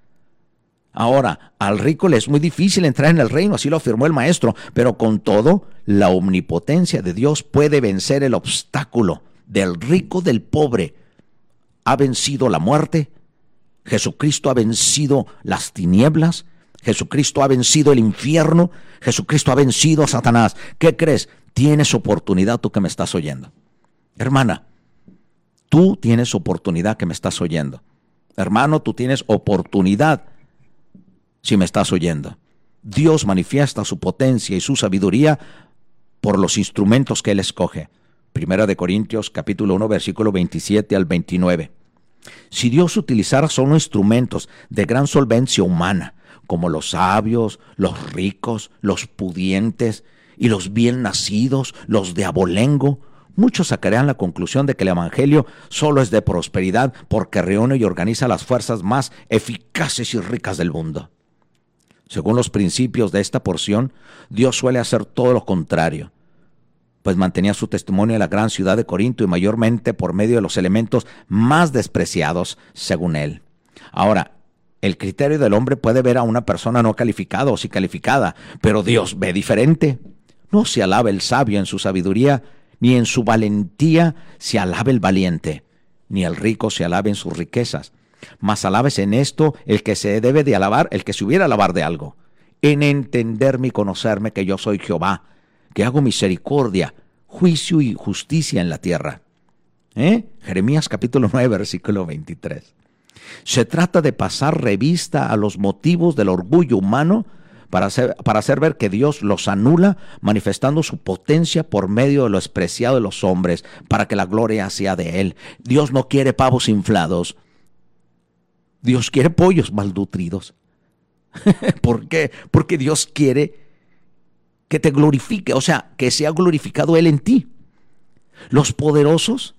Ahora, al rico le es muy difícil entrar en el reino, así lo afirmó el maestro, pero con todo, la omnipotencia de Dios puede vencer el obstáculo del rico del pobre. Ha vencido la muerte, Jesucristo ha vencido las tinieblas, Jesucristo ha vencido el infierno, Jesucristo ha vencido a Satanás. ¿Qué crees? Tienes oportunidad tú que me estás oyendo. Hermana, tú tienes oportunidad que me estás oyendo. Hermano, tú tienes oportunidad si me estás oyendo. Dios manifiesta su potencia y su sabiduría por los instrumentos que Él escoge. Primera de Corintios, capítulo uno, versículo veintisiete al veintinueve. Si Dios utilizara solo instrumentos de gran solvencia humana, como los sabios, los ricos, los pudientes y los bien nacidos, los de abolengo, muchos sacarían la conclusión de que el evangelio solo es de prosperidad porque reúne y organiza las fuerzas más eficaces y ricas del mundo. Según los principios de esta porción, Dios suele hacer todo lo contrario, pues mantenía su testimonio en la gran ciudad de Corinto y mayormente por medio de los elementos más despreciados, según él. Ahora, el criterio del hombre puede ver a una persona no calificada o sí calificada, pero Dios ve diferente. No se alaba el sabio en su sabiduría, ni en su valentía se alaba el valiente, ni el rico se alaba en sus riquezas. Mas alabes en esto el que se debe de alabar, el que se hubiera alabar de algo, en entenderme y conocerme que yo soy Jehová, que hago misericordia, juicio y justicia en la tierra. ¿Eh? Jeremías capítulo nueve, versículo veintitrés. Se trata de pasar revista a los motivos del orgullo humano para hacer, para hacer ver que Dios los anula, manifestando su potencia por medio de lo despreciado de los hombres, para que la gloria sea de Él. Dios no quiere pavos inflados. Dios quiere pollos malnutridos. ¿Por qué? Porque Dios quiere que te glorifique, o sea, que sea glorificado Él en ti. Los poderosos,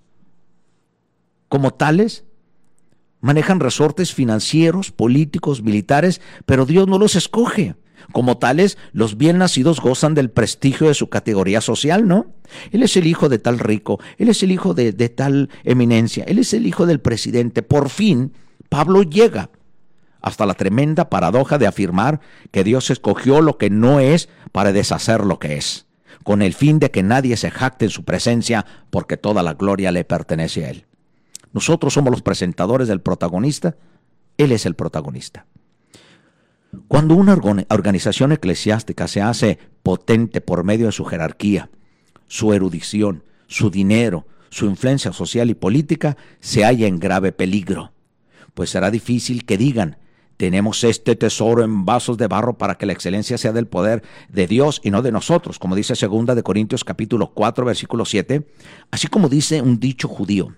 como tales, manejan resortes financieros, políticos, militares, pero Dios no los escoge. Como tales, los bien nacidos gozan del prestigio de su categoría social, ¿no? Él es el hijo de tal rico, él es el hijo de, de tal eminencia, él es el hijo del presidente. Por fin, Pablo llega hasta la tremenda paradoja de afirmar que Dios escogió lo que no es para deshacer lo que es, con el fin de que nadie se jacte en su presencia, porque toda la gloria le pertenece a Él. Nosotros somos los presentadores del protagonista, Él es el protagonista. Cuando una organización eclesiástica se hace potente por medio de su jerarquía, su erudición, su dinero, su influencia social y política, se halla en grave peligro, pues será difícil que digan: tenemos este tesoro en vasos de barro para que la excelencia sea del poder de Dios y no de nosotros, como dice segunda de Corintios capítulo cuatro, versículo siete, así como dice un dicho judío: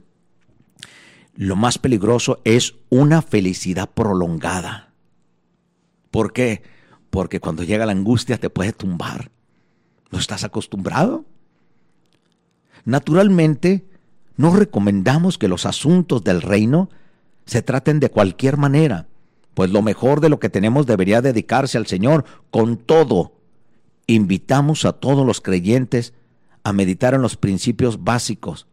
lo más peligroso es una felicidad prolongada. ¿Por qué? Porque cuando llega la angustia te puede tumbar. ¿No estás acostumbrado? Naturalmente, no recomendamos que los asuntos del reino se traten de cualquier manera, pues lo mejor de lo que tenemos debería dedicarse al Señor. Con todo, invitamos a todos los creyentes a meditar en los principios básicos,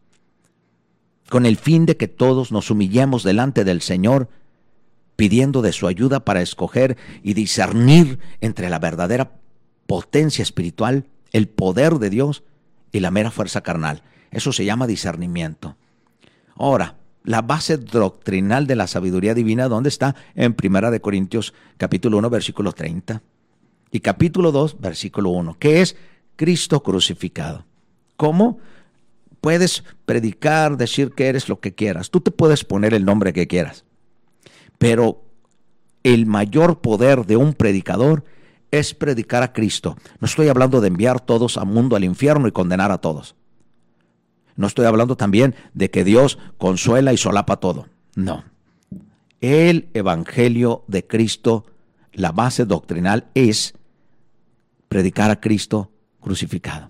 con el fin de que todos nos humillemos delante del Señor, pidiendo de su ayuda para escoger y discernir entre la verdadera potencia espiritual, el poder de Dios y la mera fuerza carnal. Eso se llama discernimiento. Ahora, la base doctrinal de la sabiduría divina, ¿dónde está? En Primera de Corintios capítulo uno, versículo treinta. Y capítulo dos, versículo uno, que es Cristo crucificado. ¿Cómo? Puedes predicar, decir que eres lo que quieras. Tú te puedes poner el nombre que quieras. Pero el mayor poder de un predicador es predicar a Cristo. No estoy hablando de enviar todos al mundo al infierno y condenar a todos. No estoy hablando también de que Dios consuela y solapa todo. No. El evangelio de Cristo, la base doctrinal es predicar a Cristo crucificado,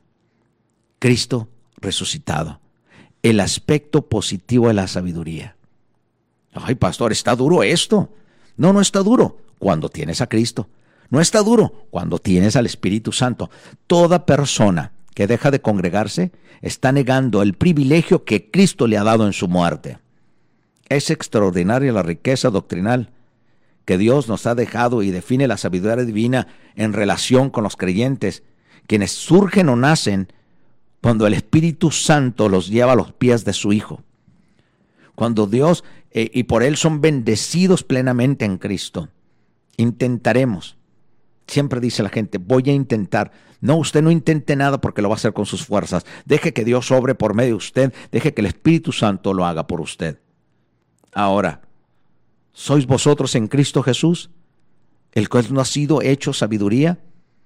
Cristo resucitado, el aspecto positivo de la sabiduría. Ay, pastor, ¿está duro esto? No, no está duro cuando tienes a Cristo. No está duro cuando tienes al Espíritu Santo. Toda persona que deja de congregarse está negando el privilegio que Cristo le ha dado en su muerte. Es extraordinaria la riqueza doctrinal que Dios nos ha dejado y define la sabiduría divina en relación con los creyentes, quienes surgen o nacen cuando el Espíritu Santo los lleva a los pies de su Hijo. Cuando Dios, eh, y por Él son bendecidos plenamente en Cristo. Intentaremos. Siempre dice la gente, voy a intentar. No, usted no intente nada porque lo va a hacer con sus fuerzas. Deje que Dios obre por medio de usted. Deje que el Espíritu Santo lo haga por usted. Ahora, ¿sois vosotros en Cristo Jesús, el cual no ha sido hecho sabiduría?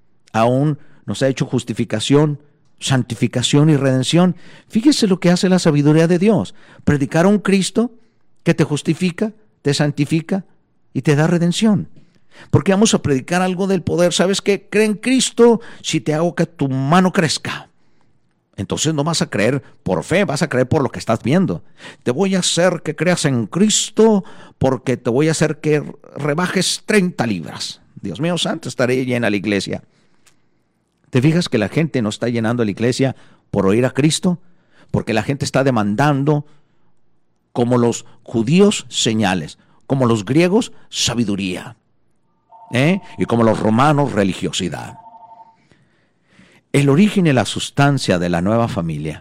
Aún nos ha hecho justificación, santificación y redención. Fíjese lo que hace la sabiduría de Dios. Predicar a un Cristo que te justifica, te santifica y te da redención. Porque vamos a predicar algo del poder. ¿Sabes qué? Cree en Cristo si te hago que tu mano crezca. Entonces no vas a creer por fe, vas a creer por lo que estás viendo. Te voy a hacer que creas en Cristo porque te voy a hacer que rebajes treinta libras. Dios mío santo, estaré llena la iglesia. ¿Te fijas que la gente no está llenando la iglesia por oír a Cristo? Porque la gente está demandando, como los judíos, señales, como los griegos, sabiduría, ¿eh? y como los romanos, religiosidad. El origen y la sustancia de la nueva familia.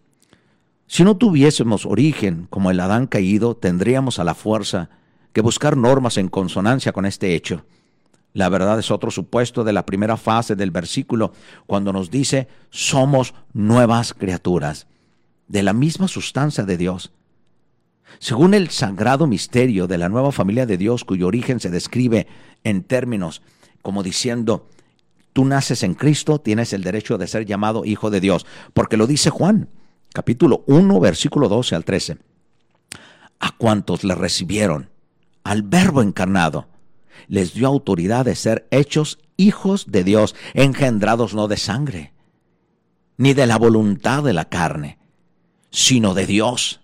Si no tuviésemos origen como el Adán caído, tendríamos a la fuerza que buscar normas en consonancia con este hecho. La verdad es otro supuesto de la primera fase del versículo, cuando nos dice, somos nuevas criaturas, de la misma sustancia de Dios. Según el sagrado misterio de la nueva familia de Dios, cuyo origen se describe en términos como diciendo, tú naces en Cristo, tienes el derecho de ser llamado hijo de Dios, porque lo dice Juan, capítulo uno, versículo doce al trece. A cuantos le recibieron, al Verbo encarnado, les dio autoridad de ser hechos hijos de Dios, engendrados no de sangre, ni de la voluntad de la carne, sino de Dios.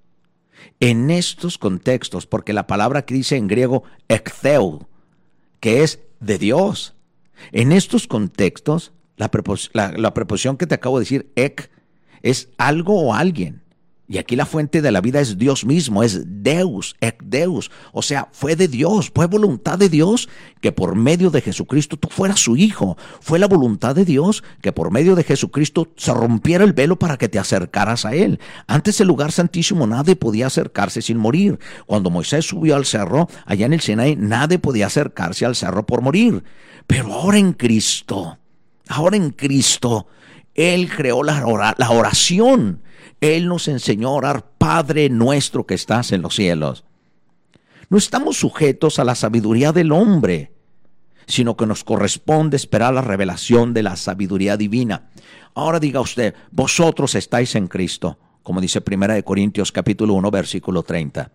En estos contextos, porque la palabra que dice en griego ektheu, que es de Dios, en estos contextos, la, prepos- la, la preposición que te acabo de decir, ek, es algo o alguien. Y aquí la fuente de la vida es Dios mismo, es Deus, ek Deus. O sea, fue de Dios, fue voluntad de Dios que por medio de Jesucristo tú fueras su hijo. Fue la voluntad de Dios que por medio de Jesucristo se rompiera el velo para que te acercaras a Él. Antes el lugar santísimo nadie podía acercarse sin morir. Cuando Moisés subió al cerro, allá en el Sinaí, nadie podía acercarse al cerro por morir. Pero ahora en Cristo, ahora en Cristo, Él creó la, ora- la oración. Él nos enseñó a orar, Padre nuestro que estás en los cielos. No estamos sujetos a la sabiduría del hombre, sino que nos corresponde esperar la revelación de la sabiduría divina. Ahora diga usted, vosotros estáis en Cristo, como dice Primera de Corintios capítulo uno, versículo treinta.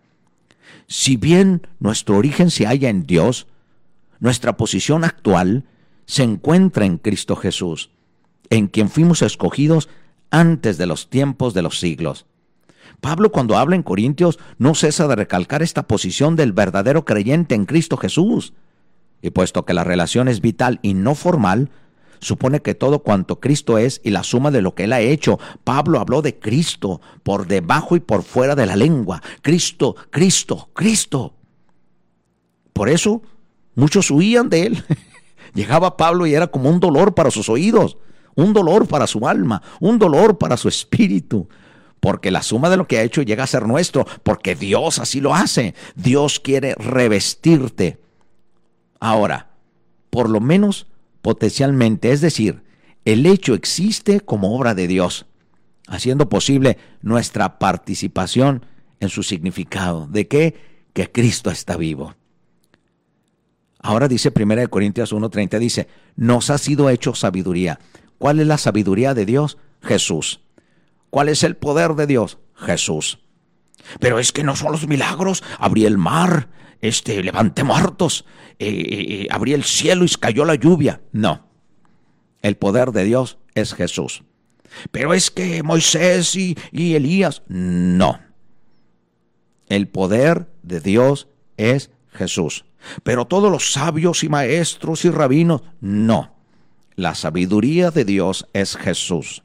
Si bien nuestro origen se halla en Dios, nuestra posición actual se encuentra en Cristo Jesús, en quien fuimos escogidos antes de los tiempos de los siglos. Pablo, cuando habla en Corintios, no cesa de recalcar esta posición del verdadero creyente en Cristo Jesús. Y puesto que la relación es vital y no formal, supone que todo cuanto Cristo es y la suma de lo que Él ha hecho. Pablo habló de Cristo por debajo y por fuera de la lengua. Cristo, Cristo, Cristo. Por eso, muchos huían de Él. Llegaba Pablo y era como un dolor para sus oídos, un dolor para su alma, un dolor para su espíritu, porque la suma de lo que ha hecho llega a ser nuestro, porque Dios así lo hace. Dios quiere revestirte. Ahora, por lo menos potencialmente, es decir, el hecho existe como obra de Dios, haciendo posible nuestra participación en su significado. ¿De qué? Que Cristo está vivo. Ahora dice Primera de Corintios uno treinta, dice, nos ha sido hecho sabiduría. ¿Cuál es la sabiduría de Dios? Jesús. ¿Cuál es el poder de Dios? Jesús. Pero es que no son los milagros. Abrí el mar, este, levanté muertos, eh, eh, abrí el cielo y cayó la lluvia. No. El poder de Dios es Jesús. Pero es que Moisés y, y Elías. No. El poder de Dios es Jesús. Pero todos los sabios y maestros y rabinos. No. La sabiduría de Dios es Jesús.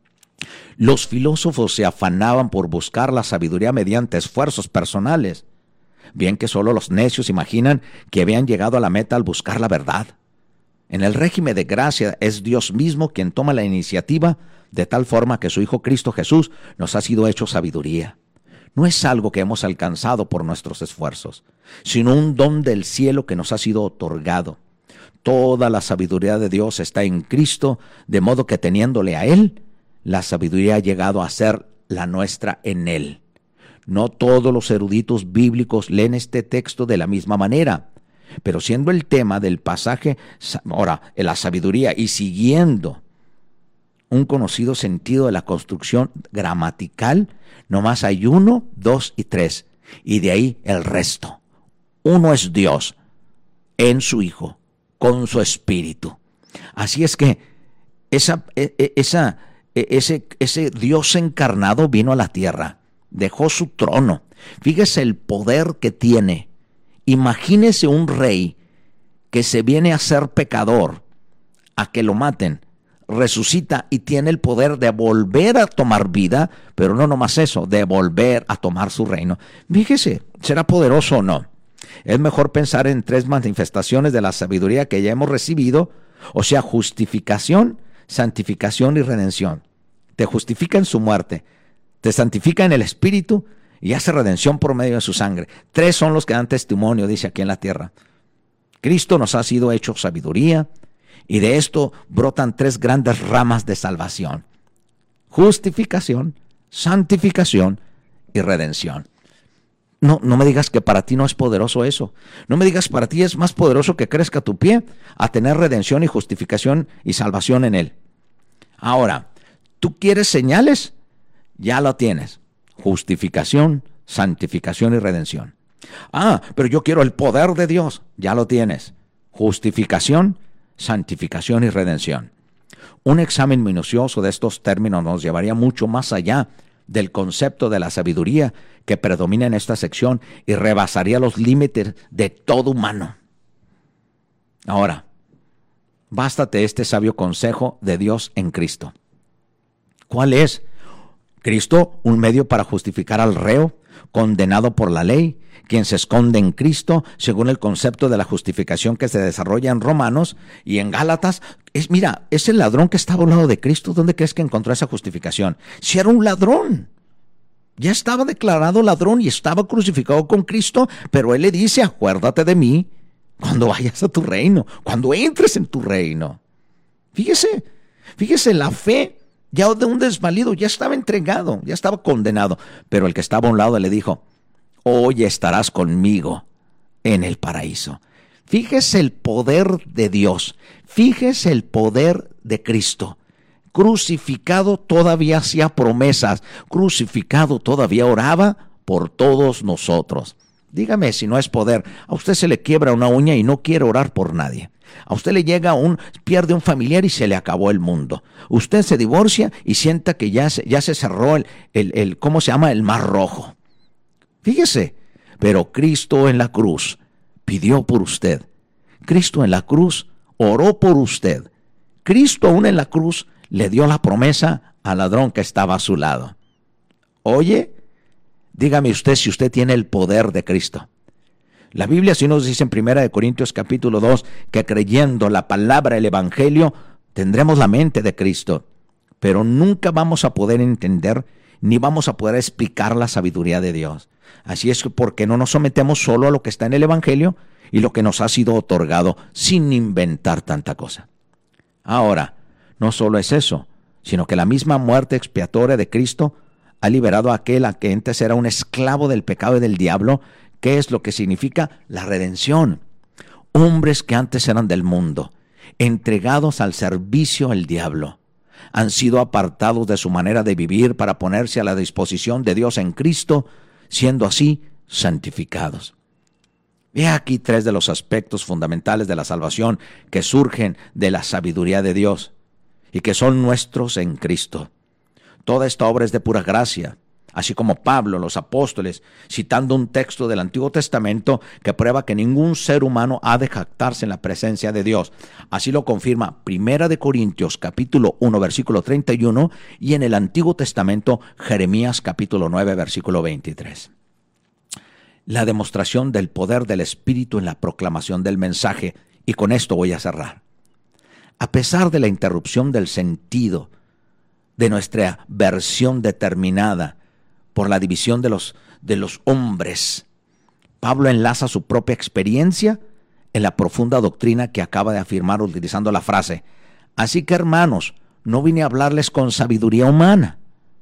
Los filósofos se afanaban por buscar la sabiduría mediante esfuerzos personales. Bien que solo los necios imaginan que habían llegado a la meta al buscar la verdad. En el régimen de gracia es Dios mismo quien toma la iniciativa, de tal forma que su Hijo Cristo Jesús nos ha sido hecho sabiduría. No es algo que hemos alcanzado por nuestros esfuerzos, sino un don del cielo que nos ha sido otorgado. Toda la sabiduría de Dios está en Cristo, de modo que teniéndole a Él, la sabiduría ha llegado a ser la nuestra en Él. No todos los eruditos bíblicos leen este texto de la misma manera, pero siendo el tema del pasaje, ahora, la sabiduría y siguiendo un conocido sentido de la construcción gramatical, nomás hay uno, dos y tres, y de ahí el resto. Uno es Dios en su Hijo, con su Espíritu. Así es que esa, esa, ese, ese Dios encarnado vino a la tierra, dejó su trono. Fíjese el poder que tiene. Imagínese un rey que se viene a ser pecador, a que lo maten, resucita y tiene el poder de volver a tomar vida, pero no nomás eso, de volver a tomar su reino. Fíjese, ¿será poderoso o no? Es mejor pensar en tres manifestaciones de la sabiduría que ya hemos recibido, o sea, justificación, santificación y redención. Te justifica en su muerte, te santifica en el Espíritu y hace redención por medio de su sangre. Tres son los que dan testimonio, dice aquí en la tierra. Cristo nos ha sido hecho sabiduría, y de esto brotan tres grandes ramas de salvación: justificación, santificación y redención. No, no me digas que para ti no es poderoso eso. No me digas para ti es más poderoso que crezca tu pie a tener redención y justificación y salvación en él. Ahora, ¿tú quieres señales? Ya lo tienes. Justificación, santificación y redención. Ah, pero yo quiero el poder de Dios. Ya lo tienes. Justificación, santificación y redención. Un examen minucioso de estos términos nos llevaría mucho más allá del concepto de la sabiduría que predomina en esta sección y rebasaría los límites de todo humano. Ahora, bástate este sabio consejo de Dios en Cristo. ¿Cuál es? Cristo, un medio para justificar al reo, condenado por la ley, quien se esconde en Cristo, según el concepto de la justificación que se desarrolla en Romanos y en Gálatas. Es, mira, es el ladrón que estaba al lado de Cristo. ¿Dónde crees que encontró esa justificación? Si era un ladrón. Ya estaba declarado ladrón y estaba crucificado con Cristo, pero él le dice, acuérdate de mí cuando vayas a tu reino, cuando entres en tu reino. Fíjese, fíjese la fe ya de un desvalido, ya estaba entregado, ya estaba condenado, pero el que estaba a un lado le dijo, hoy estarás conmigo en el paraíso. Fíjese el poder de Dios, fíjese el poder de Cristo. Crucificado todavía hacía promesas, crucificado todavía oraba por todos nosotros. Dígame si no es poder. A usted se le quiebra una uña y no quiere orar por nadie. A usted le llega un, pierde un familiar y se le acabó el mundo. Usted se divorcia y sienta que ya se, ya se cerró el, el, el, ¿cómo se llama? El mar rojo. Fíjese, pero Cristo en la cruz pidió por usted. Cristo en la cruz oró por usted. Cristo aún en la cruz le dio la promesa al ladrón que estaba a su lado. Oye, dígame usted si usted tiene el poder de Cristo. La Biblia sí nos dice en primera de Corintios capítulo dos que creyendo la palabra, el evangelio, tendremos la mente de Cristo. Pero nunca vamos a poder entender ni vamos a poder explicar la sabiduría de Dios. Así es que porque no nos sometemos solo a lo que está en el evangelio y lo que nos ha sido otorgado sin inventar tanta cosa. Ahora, no solo es eso, sino que la misma muerte expiatoria de Cristo ha liberado a aquel a que antes era un esclavo del pecado y del diablo, que es lo que significa la redención. Hombres que antes eran del mundo, entregados al servicio del diablo, han sido apartados de su manera de vivir para ponerse a la disposición de Dios en Cristo, siendo así santificados. Ve aquí tres de los aspectos fundamentales de la salvación que surgen de la sabiduría de Dios y que son nuestros en Cristo. Toda esta obra es de pura gracia, así como Pablo, los apóstoles, citando un texto del Antiguo Testamento que prueba que ningún ser humano ha de jactarse en la presencia de Dios. Así lo confirma Primera de Corintios capítulo uno versículo treinta y uno y en el Antiguo Testamento Jeremías capítulo nueve versículo veintitrés. La demostración del poder del Espíritu en la proclamación del mensaje, y con esto voy a cerrar. A pesar de la interrupción del sentido de nuestra versión determinada por la división de los, de los hombres, Pablo enlaza su propia experiencia en la profunda doctrina que acaba de afirmar utilizando la frase, así que hermanos, no vine a hablarles con sabiduría humana,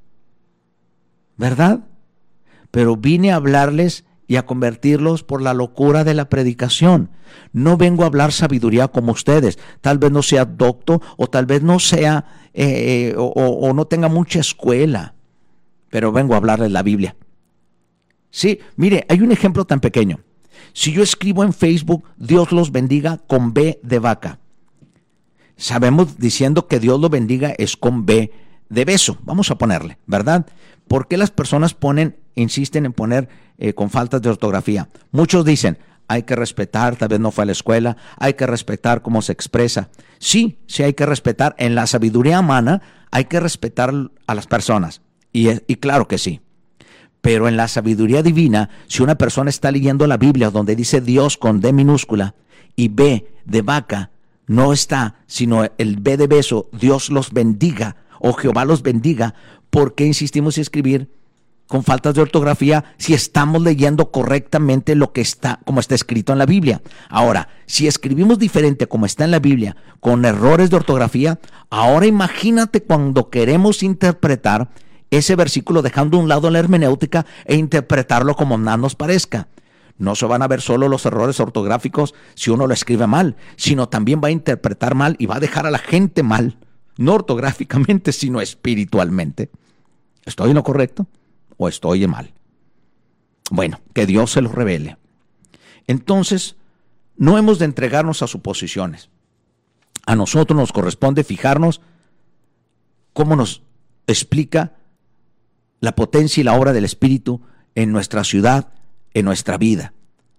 ¿verdad? Pero vine a hablarles y a convertirlos por la locura de la predicación. No vengo a hablar sabiduría como ustedes. Tal vez no sea docto o tal vez no sea eh, o, o no tenga mucha escuela, pero vengo a hablarles la Biblia. Sí, mire, hay un ejemplo tan pequeño. Si yo escribo en Facebook, Dios los bendiga con B de vaca. Sabemos diciendo que Dios los bendiga es con B de beso. Vamos a ponerle, ¿verdad? ¿Por qué las personas ponen, insisten en poner eh, con faltas de ortografía? Muchos dicen, hay que respetar, tal vez no fue a la escuela, hay que respetar cómo se expresa. Sí, sí hay que respetar. En la sabiduría humana hay que respetar a las personas. Y, y claro que sí. Pero en la sabiduría divina, si una persona está leyendo la Biblia donde dice Dios con D minúscula y B de vaca, no está, sino el B de beso, Dios los bendiga o Jehová los bendiga, ¿por qué insistimos en escribir con faltas de ortografía si estamos leyendo correctamente lo que está, como está escrito en la Biblia? Ahora, si escribimos diferente como está en la Biblia, con errores de ortografía, ahora imagínate cuando queremos interpretar ese versículo dejando a un lado la hermenéutica e interpretarlo como más nos parezca. No se van a ver solo los errores ortográficos si uno lo escribe mal, sino también va a interpretar mal y va a dejar a la gente mal, no ortográficamente, sino espiritualmente. ¿Estoy en lo correcto o estoy mal? Bueno, que Dios se lo revele. Entonces, no hemos de entregarnos a suposiciones. A nosotros nos corresponde fijarnos cómo nos explica la potencia y la obra del Espíritu en nuestra ciudad, en nuestra vida.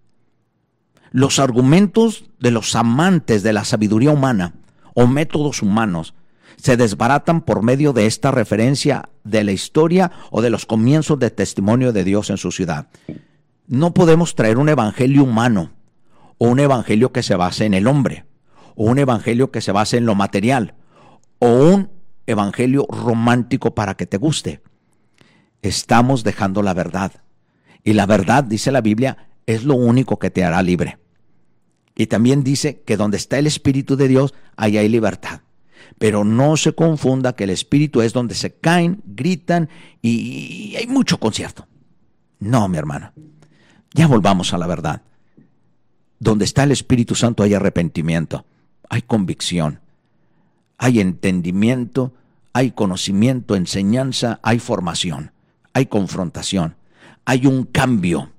Los argumentos de los amantes de la sabiduría humana o métodos humanos se desbaratan por medio de esta referencia de la historia o de los comienzos de testimonio de Dios en su ciudad. No podemos traer un evangelio humano o un evangelio que se base en el hombre o un evangelio que se base en lo material o un evangelio romántico para que te guste. Estamos dejando la verdad. Y la verdad, dice la Biblia, es lo único que te hará libre. Y también dice que donde está el Espíritu de Dios, ahí hay libertad. Pero no se confunda que el Espíritu es donde se caen, gritan y hay mucho concierto. No, mi hermana. Ya volvamos a la verdad. Donde está el Espíritu Santo hay arrepentimiento, hay convicción, hay entendimiento, hay conocimiento, enseñanza, hay formación, hay confrontación, hay un cambio.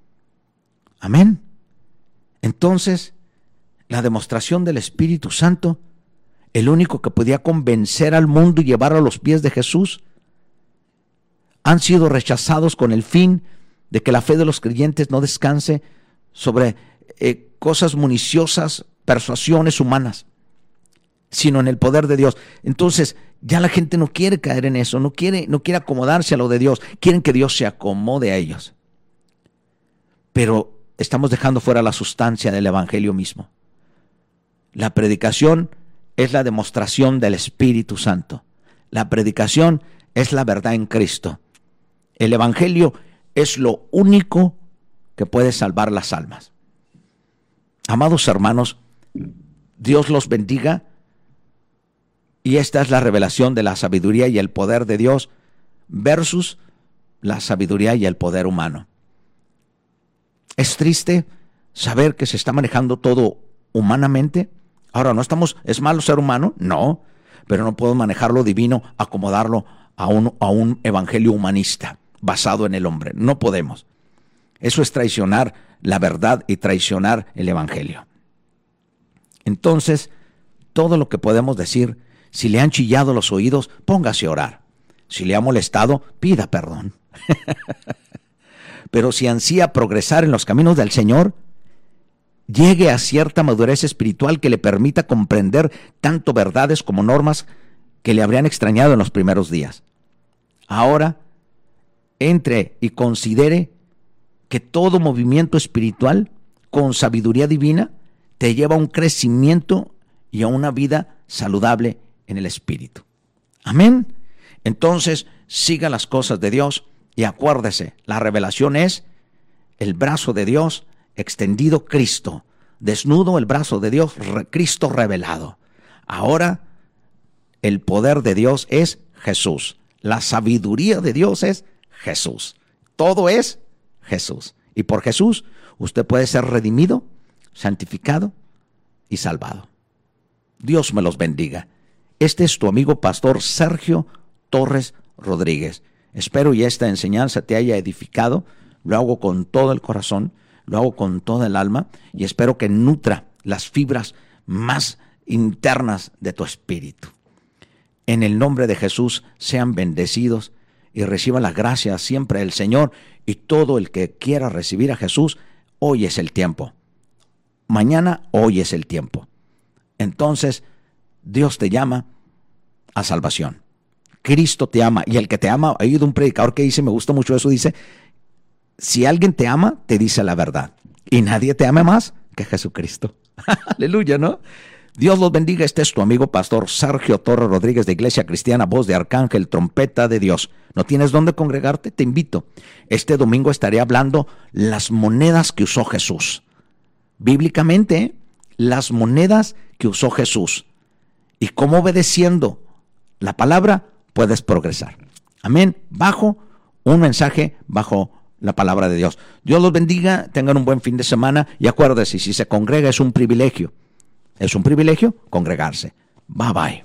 Amén. Entonces, la demostración del Espíritu Santo, el único que podía convencer al mundo y llevarlo a los pies de Jesús, han sido rechazados con el fin de que la fe de los creyentes no descanse sobre eh, cosas municiosas, persuasiones humanas, sino en el poder de Dios. Entonces, ya la gente no quiere caer en eso, no quiere, no quiere acomodarse a lo de Dios, quieren que Dios se acomode a ellos. Pero estamos dejando fuera la sustancia del evangelio mismo. La predicación es la demostración del Espíritu Santo. La predicación es la verdad en Cristo. El evangelio es lo único que puede salvar las almas. Amados hermanos, Dios los bendiga. Y esta es la revelación de la sabiduría y el poder de Dios versus la sabiduría y el poder humano. Es triste saber que se está manejando todo humanamente. Ahora, ¿no estamos, es malo ser humano? No, pero no puedo manejar lo divino, acomodarlo a un, a un evangelio humanista basado en el hombre. No podemos. Eso es traicionar la verdad y traicionar el evangelio. Entonces, todo lo que podemos decir, si le han chillado los oídos, póngase a orar. Si le ha molestado, pida perdón. Pero si ansía progresar en los caminos del Señor, llegue a cierta madurez espiritual que le permita comprender tanto verdades como normas que le habrían extrañado en los primeros días. Ahora, entre y considere que todo movimiento espiritual con sabiduría divina te lleva a un crecimiento y a una vida saludable en el espíritu. Amén. Entonces, siga las cosas de Dios y acuérdese, la revelación es el brazo de Dios extendido, Cristo. Desnudo el brazo de Dios, Cristo revelado. Ahora, el poder de Dios es Jesús. La sabiduría de Dios es Jesús. Todo es Jesús. Y por Jesús, usted puede ser redimido, santificado y salvado. Dios me los bendiga. Este es tu amigo pastor Sergio Torres Rodríguez. Espero y esta enseñanza te haya edificado. Lo hago con todo el corazón, lo hago con toda el alma y espero que nutra las fibras más internas de tu espíritu. En el nombre de Jesús sean bendecidos y reciban la gracia siempre del Señor, y todo el que quiera recibir a Jesús, hoy es el tiempo. Mañana, hoy es el tiempo. Entonces, Dios te llama a salvación. Cristo te ama, y el que te ama, he oído un predicador que dice, me gusta mucho eso, dice, si alguien te ama, te dice la verdad, y nadie te ama más que Jesucristo. Aleluya, ¿no? Dios los bendiga. Este es tu amigo pastor Sergio Torres Rodríguez de Iglesia Cristiana Voz de Arcángel, Trompeta de Dios. ¿No tienes dónde congregarte? Te invito. Este domingo estaré hablando las monedas que usó Jesús. Bíblicamente, las monedas que usó Jesús. Y cómo obedeciendo la palabra puedes progresar. Amén. Bajo un mensaje, bajo la palabra de Dios. Dios los bendiga, tengan un buen fin de semana y acuérdense, si se congrega es un privilegio. Es un privilegio congregarse. Bye bye.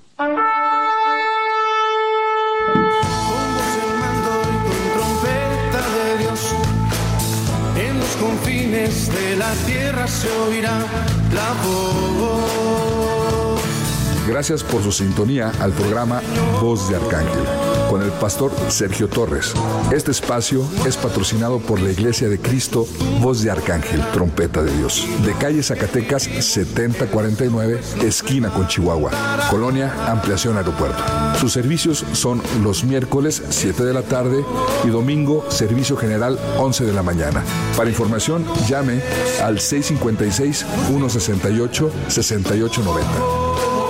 Confines de la tierra se oirá la voz. Gracias por su sintonía al programa Voz de Arcángel con el pastor Sergio Torres. Este espacio es patrocinado por la Iglesia de Cristo Voz de Arcángel, Trompeta de Dios, de calle Zacatecas setenta cuarenta y nueve, esquina con Chihuahua, Colonia Ampliación Aeropuerto. Sus servicios son los miércoles siete de la tarde y domingo servicio general once de la mañana. Para información llame al seis cinco seis, uno seis ocho, seis ocho nueve cero.